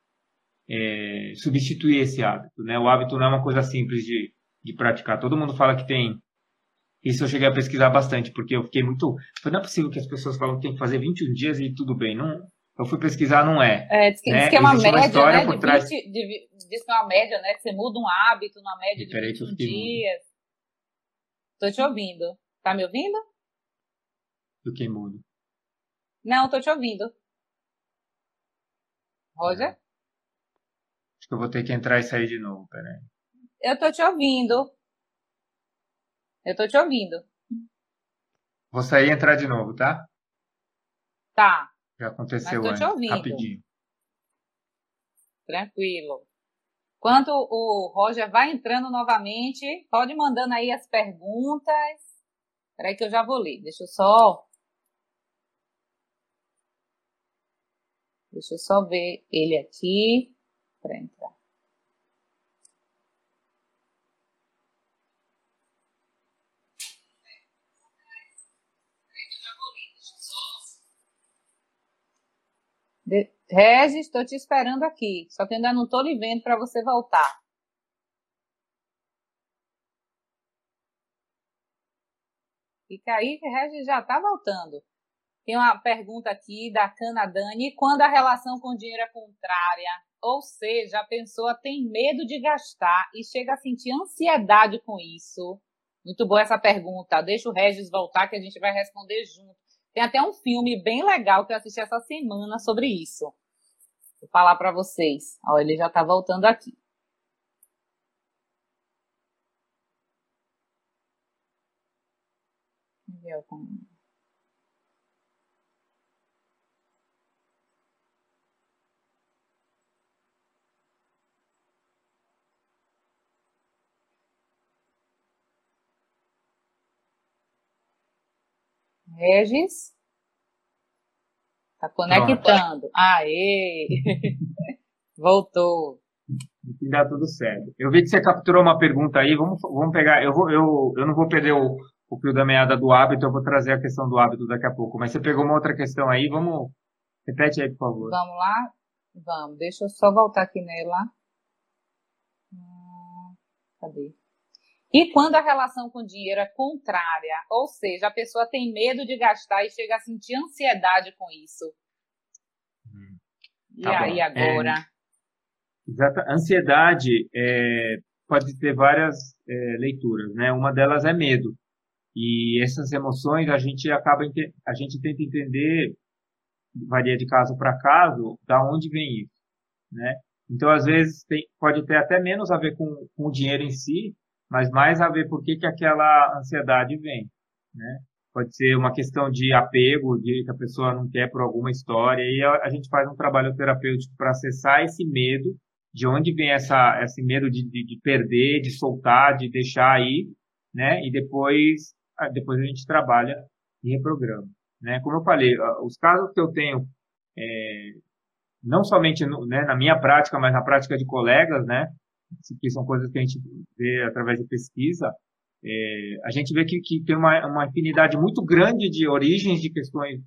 é, substituir esse hábito, né? O hábito não é uma coisa simples de, de praticar. Todo mundo fala que tem. Isso eu cheguei a pesquisar bastante, porque eu fiquei muito. Não é possível que as pessoas falam que tem que fazer vinte e um dias e tudo bem. Não, eu fui pesquisar, não é. É, diz que, né? diz que é uma Existe média, uma história né? por De trás. vinte, de, diz que é uma média, né? Que você muda um hábito numa média de Peraí, vinte e um que eu dias. Tô te ouvindo. Tá me ouvindo? Do que mudo. Não, tô te ouvindo. Roger? Acho que eu vou ter que entrar e sair de novo, peraí. Eu tô te ouvindo. Eu tô te ouvindo. Vou sair e entrar de novo, tá? Tá. Já aconteceu Mas tô te antes. ouvindo. Rapidinho. Tranquilo. Enquanto o Roger vai entrando novamente, pode mandando aí as perguntas. Espera aí que eu já vou ler. Deixa eu só... Deixa eu só ver ele aqui para entrar. De... Regis, estou te esperando aqui. Só que eu ainda não estou lhe vendo para você voltar. Fica aí que Regis já está voltando. Tem uma pergunta aqui da Canadane. Quando a relação com o dinheiro é contrária, ou seja, a pessoa tem medo de gastar e chega a sentir ansiedade com isso? Muito boa essa pergunta. Deixa o Regis voltar que a gente vai responder junto. Tem até um filme bem legal que eu assisti essa semana sobre isso. Vou falar para vocês. Ó, ele já está voltando aqui. Entendeu? Regis? Tá conectando. Pronto. Aê! Voltou. Dá tudo certo. Eu vi que você capturou uma pergunta aí. Vamos, vamos pegar. Eu, vou, eu, eu não vou perder o, o fio da meada do hábito, eu vou trazer a questão do hábito daqui a pouco. Mas você pegou uma outra questão aí. Vamos. Repete aí, por favor. Vamos lá? Vamos. Deixa eu só voltar aqui nela. Hum, cadê? E quando a relação com o dinheiro é contrária, ou seja, a pessoa tem medo de gastar e chega a sentir ansiedade com isso. Hum, e tá aí bom. Agora? É, exata, ansiedade é, pode ter várias é, leituras, né? Uma delas é medo. E essas emoções a gente acaba a gente tenta entender, varia de caso para caso, da onde vem isso, né? Então às vezes tem, pode ter até menos a ver com, com o dinheiro em si, mas mais a ver por que, que aquela ansiedade vem, né? Pode ser uma questão de apego, de que a pessoa não quer por alguma história, e a, a gente faz um trabalho terapêutico para acessar esse medo, de onde vem essa, esse medo de, de, de perder, de soltar, de deixar aí, né? E depois, depois a gente trabalha e reprograma, né? Como eu falei, os casos que eu tenho, é, não somente no, né, na minha prática, mas na prática de colegas, né? Que são coisas que a gente vê através de pesquisa, é, a gente vê que, que tem uma, uma infinidade muito grande de origens de questões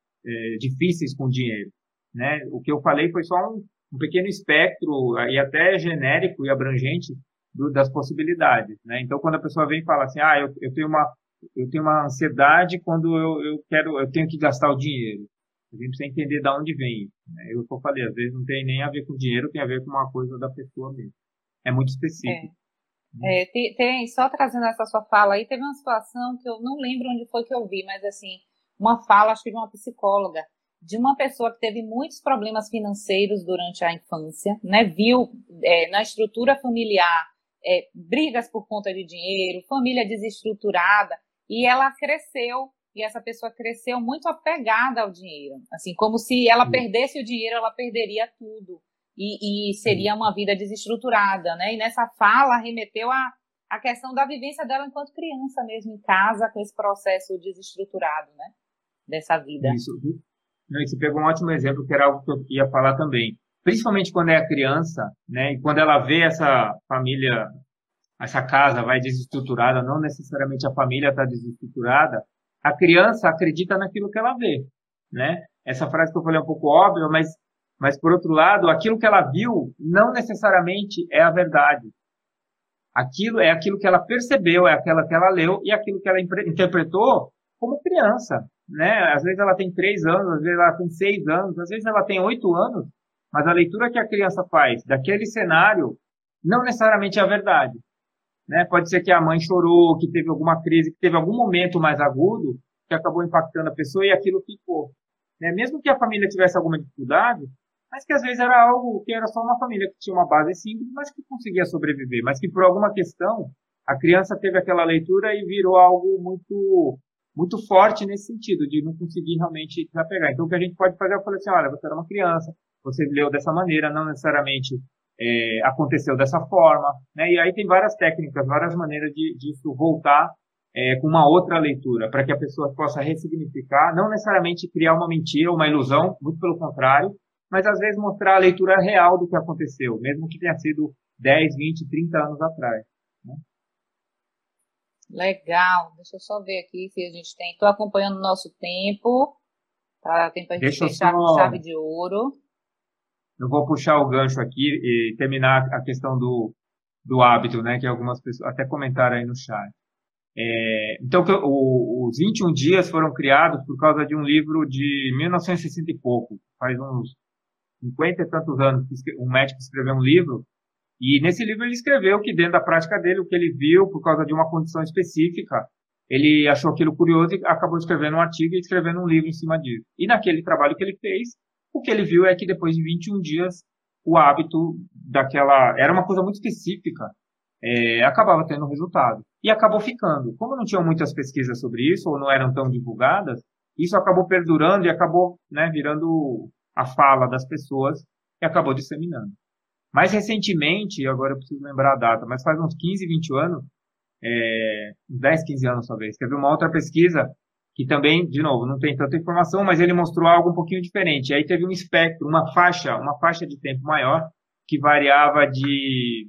é, difíceis com dinheiro, né? O que eu falei foi só um, um pequeno espectro e até genérico e abrangente do, das possibilidades, né? Então, quando a pessoa vem e fala assim, ah, eu, eu tenho uma eu tenho uma ansiedade quando eu, eu quero eu tenho que gastar o dinheiro. A gente precisa entender de onde vem isso, né? Eu, eu falei, às vezes não tem nem a ver com dinheiro, tem a ver com uma coisa da pessoa mesmo. É muito específico. É, é, tem, tem, só trazendo essa sua fala aí, teve uma situação que eu não lembro onde foi que eu vi, mas assim, uma fala, acho que de uma psicóloga, de uma pessoa que teve muitos problemas financeiros durante a infância, né? Viu é, na estrutura familiar é, brigas por conta de dinheiro, família desestruturada, e ela cresceu, e essa pessoa cresceu muito apegada ao dinheiro, assim, como se ela perdesse o dinheiro, ela perderia tudo. E, e seria uma vida desestruturada, né? E nessa fala remeteu a, a questão da vivência dela enquanto criança mesmo, em casa, com esse processo desestruturado, né? Dessa vida. Isso. Você pegou um ótimo exemplo, que era algo que eu ia falar também. Principalmente quando é criança, né? E quando ela vê essa família, essa casa vai desestruturada, não necessariamente a família está desestruturada, a criança acredita naquilo que ela vê, né? Essa frase que eu falei é um pouco óbvia, mas Mas, por outro lado, aquilo que ela viu não necessariamente é a verdade. Aquilo é aquilo que ela percebeu, é aquilo que ela leu e aquilo que ela interpretou como criança, né? Às vezes ela tem três anos, às vezes ela tem seis anos, às vezes ela tem oito anos, mas a leitura que a criança faz daquele cenário não necessariamente é a verdade, né? Pode ser que a mãe chorou, que teve alguma crise, que teve algum momento mais agudo que acabou impactando a pessoa e aquilo ficou, né? Mesmo que a família tivesse alguma dificuldade, mas que às vezes era algo que era só uma família que tinha uma base simples, mas que conseguia sobreviver, mas que por alguma questão a criança teve aquela leitura e virou algo muito muito forte nesse sentido, de não conseguir realmente desapegar. Então o que a gente pode fazer é falar assim, olha, você era uma criança, você leu dessa maneira, não necessariamente é, aconteceu dessa forma, né? E aí tem várias técnicas, várias maneiras de, de isso voltar é, com uma outra leitura, para que a pessoa possa ressignificar, não necessariamente criar uma mentira, uma ilusão, muito pelo contrário, mas às vezes mostrar a leitura real do que aconteceu, mesmo que tenha sido dez, vinte, trinta anos atrás. Né? Legal. Deixa eu só ver aqui se a gente tem. Estou acompanhando o nosso tempo. Tá, tem para a gente Deixa eu fechar com só... chave de ouro. Eu vou puxar o gancho aqui e terminar a questão do, do hábito, né, que algumas pessoas até comentaram aí no chat. É, então, que o, os vinte e um dias foram criados por causa de um livro de mil novecentos e sessenta e pouco, faz uns cinquenta e tantos anos que um médico escreveu um livro, e nesse livro ele escreveu que dentro da prática dele, o que ele viu por causa de uma condição específica, ele achou aquilo curioso e acabou escrevendo um artigo e escrevendo um livro em cima disso. E naquele trabalho que ele fez, o que ele viu é que depois de vinte e um dias, o hábito daquela... Era uma coisa muito específica, é, acabava tendo resultado. E acabou ficando. Como não tinham muitas pesquisas sobre isso, ou não eram tão divulgadas, isso acabou perdurando e acabou, né, virando a fala das pessoas e acabou disseminando. Mais recentemente, agora eu preciso lembrar a data, mas faz uns quinze, vinte anos, é, dez, quinze anos talvez, teve uma outra pesquisa que também, de novo, não tem tanta informação, mas ele mostrou algo um pouquinho diferente. Aí teve um espectro, uma faixa, uma faixa de tempo maior, que variava de,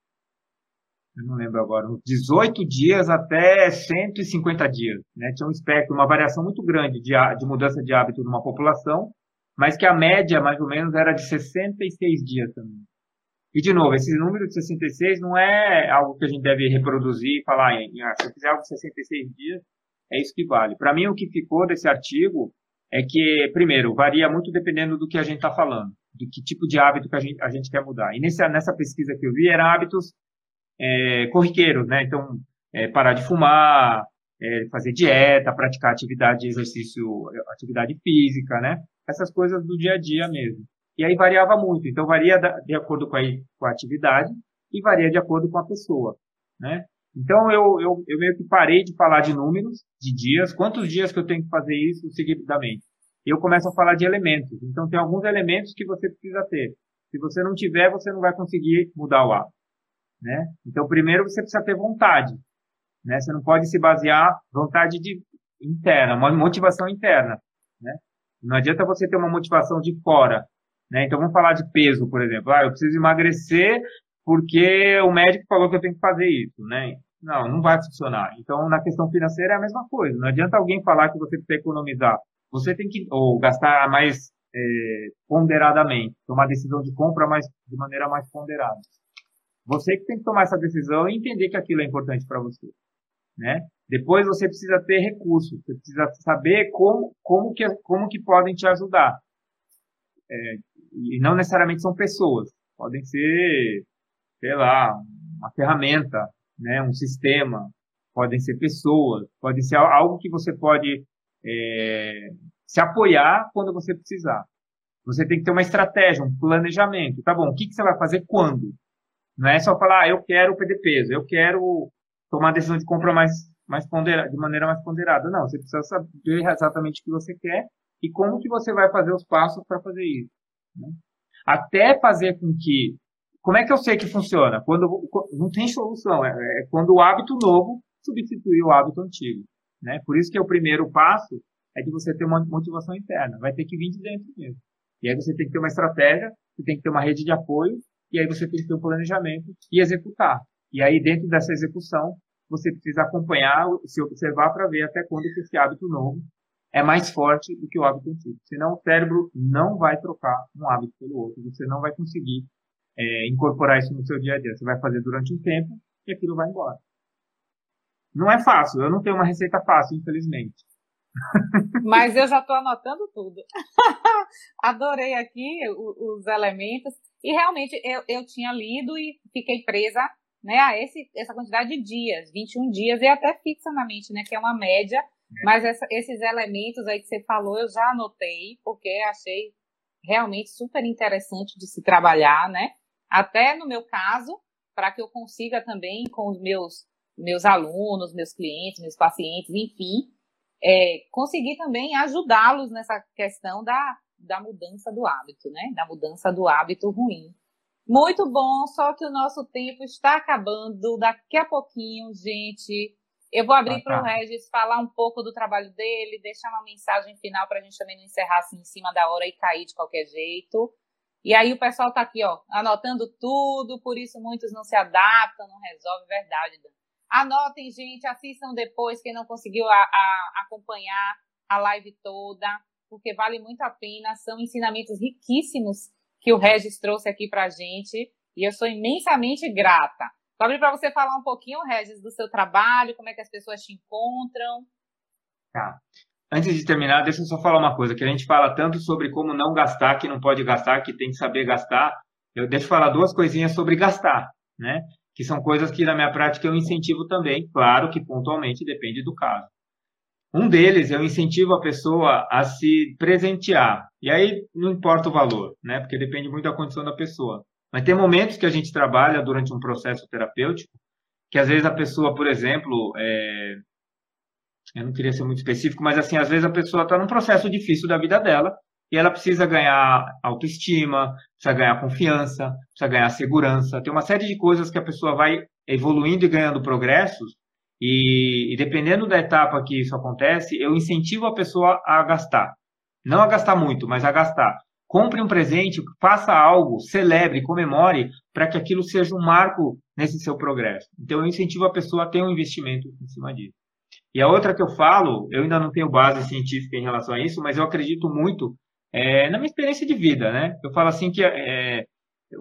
eu não lembro agora, uns dezoito dias até cento e cinquenta dias. Né? Tinha um espectro, uma variação muito grande de, de mudança de hábito numa população, mas que a média, mais ou menos, era de sessenta e seis dias também. E, de novo, esse número de sessenta e seis não é algo que a gente deve reproduzir e falar, em, ah, se eu fizer algo de sessenta e seis dias, é isso que vale. Para mim, o que ficou desse artigo é que, primeiro, varia muito dependendo do que a gente está falando, do que tipo de hábito que a gente, a gente quer mudar. E nessa, nessa pesquisa que eu vi, eram hábitos é, corriqueiros, né? Então, é, parar de fumar, é, fazer dieta, praticar atividade, exercício, atividade física, né? Essas coisas do dia a dia mesmo. E aí variava muito. Então, varia de acordo com a, com a atividade e varia de acordo com a pessoa, né? Então, eu, eu, eu meio que parei de falar de números, de dias, quantos dias que eu tenho que fazer isso seguidamente. E eu começo a falar de elementos. Então, tem alguns elementos que você precisa ter. Se você não tiver, você não vai conseguir mudar o hábito, né? Então, primeiro, você precisa ter vontade, né? Você não pode se basear vontade de, interna, uma motivação interna, né? Não adianta você ter uma motivação de fora, né? Então, vamos falar de peso, por exemplo. Ah, eu preciso emagrecer porque o médico falou que eu tenho que fazer isso, né? Não, não vai funcionar. Então, na questão financeira é a mesma coisa. Não adianta alguém falar que você precisa economizar. Você tem que, ou gastar mais é, ponderadamente, tomar decisão de compra mais, de maneira mais ponderada. Você que tem que tomar essa decisão e entender que aquilo é importante para você, né? Depois você precisa ter recursos, você precisa saber como, como, que, como que podem te ajudar. É, e não necessariamente são pessoas, podem ser, sei lá, uma ferramenta, né, um sistema, podem ser pessoas, pode ser algo que você pode é, se apoiar quando você precisar. Você tem que ter uma estratégia, um planejamento. Tá bom, o que, que você vai fazer quando? Não é só falar, ah, eu quero perder peso, eu quero tomar decisão de compra mais, mais ponderada, de maneira mais ponderada. Não, você precisa saber exatamente o que você quer e como que você vai fazer os passos para fazer isso, né? Até fazer com que... Como é que eu sei que funciona? Quando não tem solução, é, é quando o hábito novo substitui o hábito antigo, né? Por isso que o primeiro passo é de você ter uma motivação interna. Vai ter que vir de dentro mesmo. E aí você tem que ter uma estratégia, você tem que ter uma rede de apoio, e aí você tem que ter um planejamento e executar. E aí, dentro dessa execução, você precisa acompanhar, se observar para ver até quando que esse hábito novo é mais forte do que o hábito antigo. Senão o cérebro não vai trocar um hábito pelo outro. Você não vai conseguir é, incorporar isso no seu dia a dia. Você vai fazer durante um tempo e aquilo vai embora. Não é fácil. Eu não tenho uma receita fácil, infelizmente. Mas eu já estou anotando tudo. Adorei aqui os, os elementos. E realmente eu, eu tinha lido e fiquei presa, né, a esse, essa quantidade de dias, vinte e um dias, e até fixa na mente, né, que é uma média. É. Mas essa, esses elementos aí que você falou, eu já anotei, porque achei realmente super interessante de se trabalhar, né? Até no meu caso, para que eu consiga também com os meus, meus alunos, meus clientes, meus pacientes, enfim, é, conseguir também ajudá-los nessa questão da, da mudança do hábito, né? Da mudança do hábito ruim. Muito bom, só que o nosso tempo está acabando. Daqui a pouquinho, gente, Eu vou abrir Ah, para o tá. Regis falar um pouco do trabalho dele, deixar uma mensagem final para a gente também não encerrar assim em cima da hora e cair de qualquer jeito. E aí o pessoal está aqui, ó, anotando tudo, por isso muitos não se adaptam, não resolve, verdade, Dan. Anotem, gente, assistam depois, quem não conseguiu a, a, acompanhar a live toda, porque vale muito a pena, são ensinamentos riquíssimos que o Regis trouxe aqui para a gente, e eu sou imensamente grata. Vou abrir para você falar um pouquinho, Regis, do seu trabalho, como é que as pessoas te encontram. Tá. Antes de terminar, deixa eu só falar uma coisa, que a gente fala tanto sobre como não gastar, que não pode gastar, que tem que saber gastar. Eu deixo eu falar duas coisinhas sobre gastar, né? Que são coisas que na minha prática eu incentivo também, claro que pontualmente depende do caso. Um deles, eu incentivo a pessoa a se presentear. E aí não importa o valor, né? Porque depende muito da condição da pessoa. Mas tem momentos que a gente trabalha durante um processo terapêutico, que às vezes a pessoa, por exemplo, é... eu não queria ser muito específico, mas assim, às vezes a pessoa está num processo difícil da vida dela e ela precisa ganhar autoestima, precisa ganhar confiança, precisa ganhar segurança. Tem uma série de coisas que a pessoa vai evoluindo e ganhando progressos e, e dependendo da etapa que isso acontece, eu incentivo a pessoa a gastar. Não a gastar muito, mas a gastar. Compre um presente, faça algo, celebre, comemore, para que aquilo seja um marco nesse seu progresso. Então, eu incentivo a pessoa a ter um investimento em cima disso. E a outra que eu falo, eu ainda não tenho base científica em relação a isso, mas eu acredito muito é, na minha experiência de vida, né? Eu falo assim que é, é,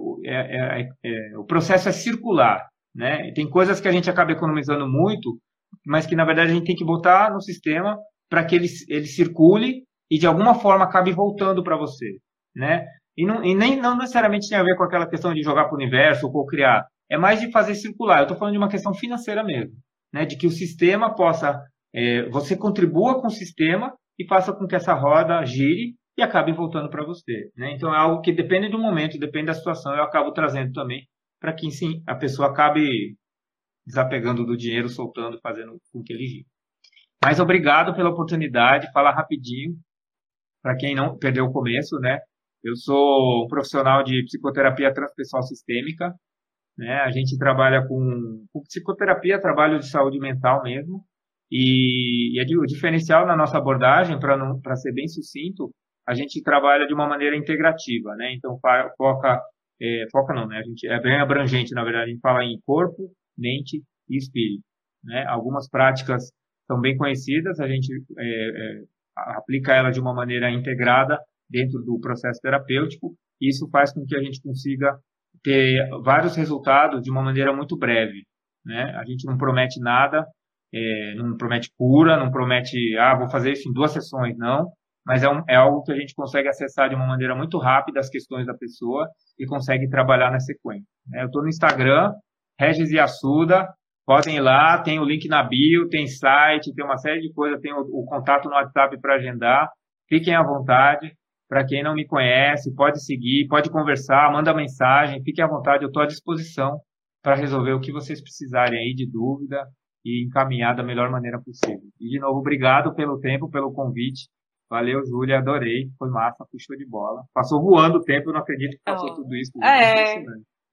é, é, o processo é circular, né? Tem coisas que a gente acaba economizando muito, mas que na verdade a gente tem que botar no sistema para que ele, ele circule e de alguma forma acabe voltando para você, né? E, não, e nem não necessariamente tem a ver com aquela questão de jogar para o universo ou co-criar, é mais de fazer circular. Eu estou falando de uma questão financeira mesmo, né? De que o sistema possa, é, você contribua com o sistema e faça com que essa roda gire e acabe voltando para você, né? Então é algo que depende do momento, depende da situação, eu acabo trazendo também para que sim, a pessoa acabe desapegando do dinheiro, soltando, fazendo com que ele gire. Mas obrigado pela oportunidade, falar rapidinho, para quem não perdeu o começo, né? Eu sou um profissional de psicoterapia transpessoal sistêmica, né? A gente trabalha com, com psicoterapia, trabalho de saúde mental mesmo, e, e é o diferencial na nossa abordagem, para ser bem sucinto, a gente trabalha de uma maneira integrativa, né? Então, foca, é, foca não, né? A gente é bem abrangente, na verdade, a gente fala em corpo, mente e espírito, né? Algumas práticas são bem conhecidas, a gente é, é, aplica ela de uma maneira integrada dentro do processo terapêutico, e isso faz com que a gente consiga ter vários resultados de uma maneira muito breve, né? A gente não promete nada, é, não promete cura, não promete, ah, vou fazer isso em duas sessões, não, mas é, um, é algo que a gente consegue acessar de uma maneira muito rápida as questões da pessoa e consegue trabalhar na sequência, né? Eu estou no Instagram, Regis Yassuda, podem ir lá, tem o link na bio, tem site, tem uma série de coisas, tem o, o contato no WhatsApp para agendar, fiquem à vontade. Para quem não me conhece, pode seguir, pode conversar, manda mensagem, fiquem à vontade, eu estou à disposição para resolver o que vocês precisarem aí de dúvida e encaminhar da melhor maneira possível. E, de novo, obrigado pelo tempo, pelo convite. Valeu, Júlia, adorei, foi massa, puxou de bola. Passou voando o tempo, eu não acredito que passou oh, tudo isso. É,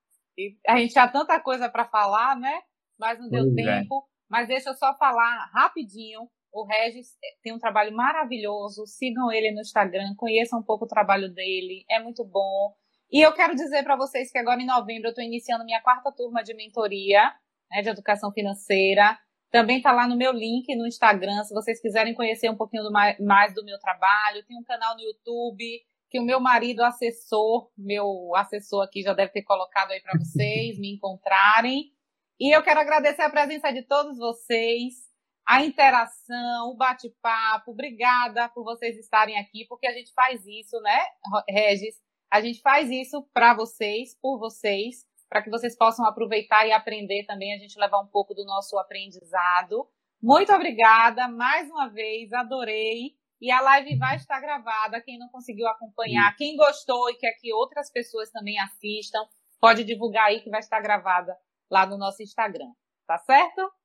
a gente tinha tanta coisa para falar, né? Mas não deu pois tempo. É. Mas deixa eu só falar rapidinho. O Regis tem um trabalho maravilhoso, sigam ele no Instagram, conheçam um pouco o trabalho dele, é muito bom. E eu quero dizer para vocês que agora em novembro eu estou iniciando minha quarta turma de mentoria, né, de educação financeira. Também está lá no meu link no Instagram, se vocês quiserem conhecer um pouquinho do mais, mais do meu trabalho. Tem um canal no YouTube que o meu marido assessor, meu assessor aqui já deve ter colocado aí para vocês me encontrarem. E eu quero agradecer a presença de todos vocês, a interação, o bate-papo. Obrigada por vocês estarem aqui, porque a gente faz isso, né, Regis? A gente faz isso para vocês, por vocês, para que vocês possam aproveitar e aprender também, a gente levar um pouco do nosso aprendizado. Muito obrigada, mais uma vez, adorei. E a live vai estar gravada, quem não conseguiu acompanhar, quem gostou e quer que outras pessoas também assistam, pode divulgar aí que vai estar gravada lá no nosso Instagram, tá certo?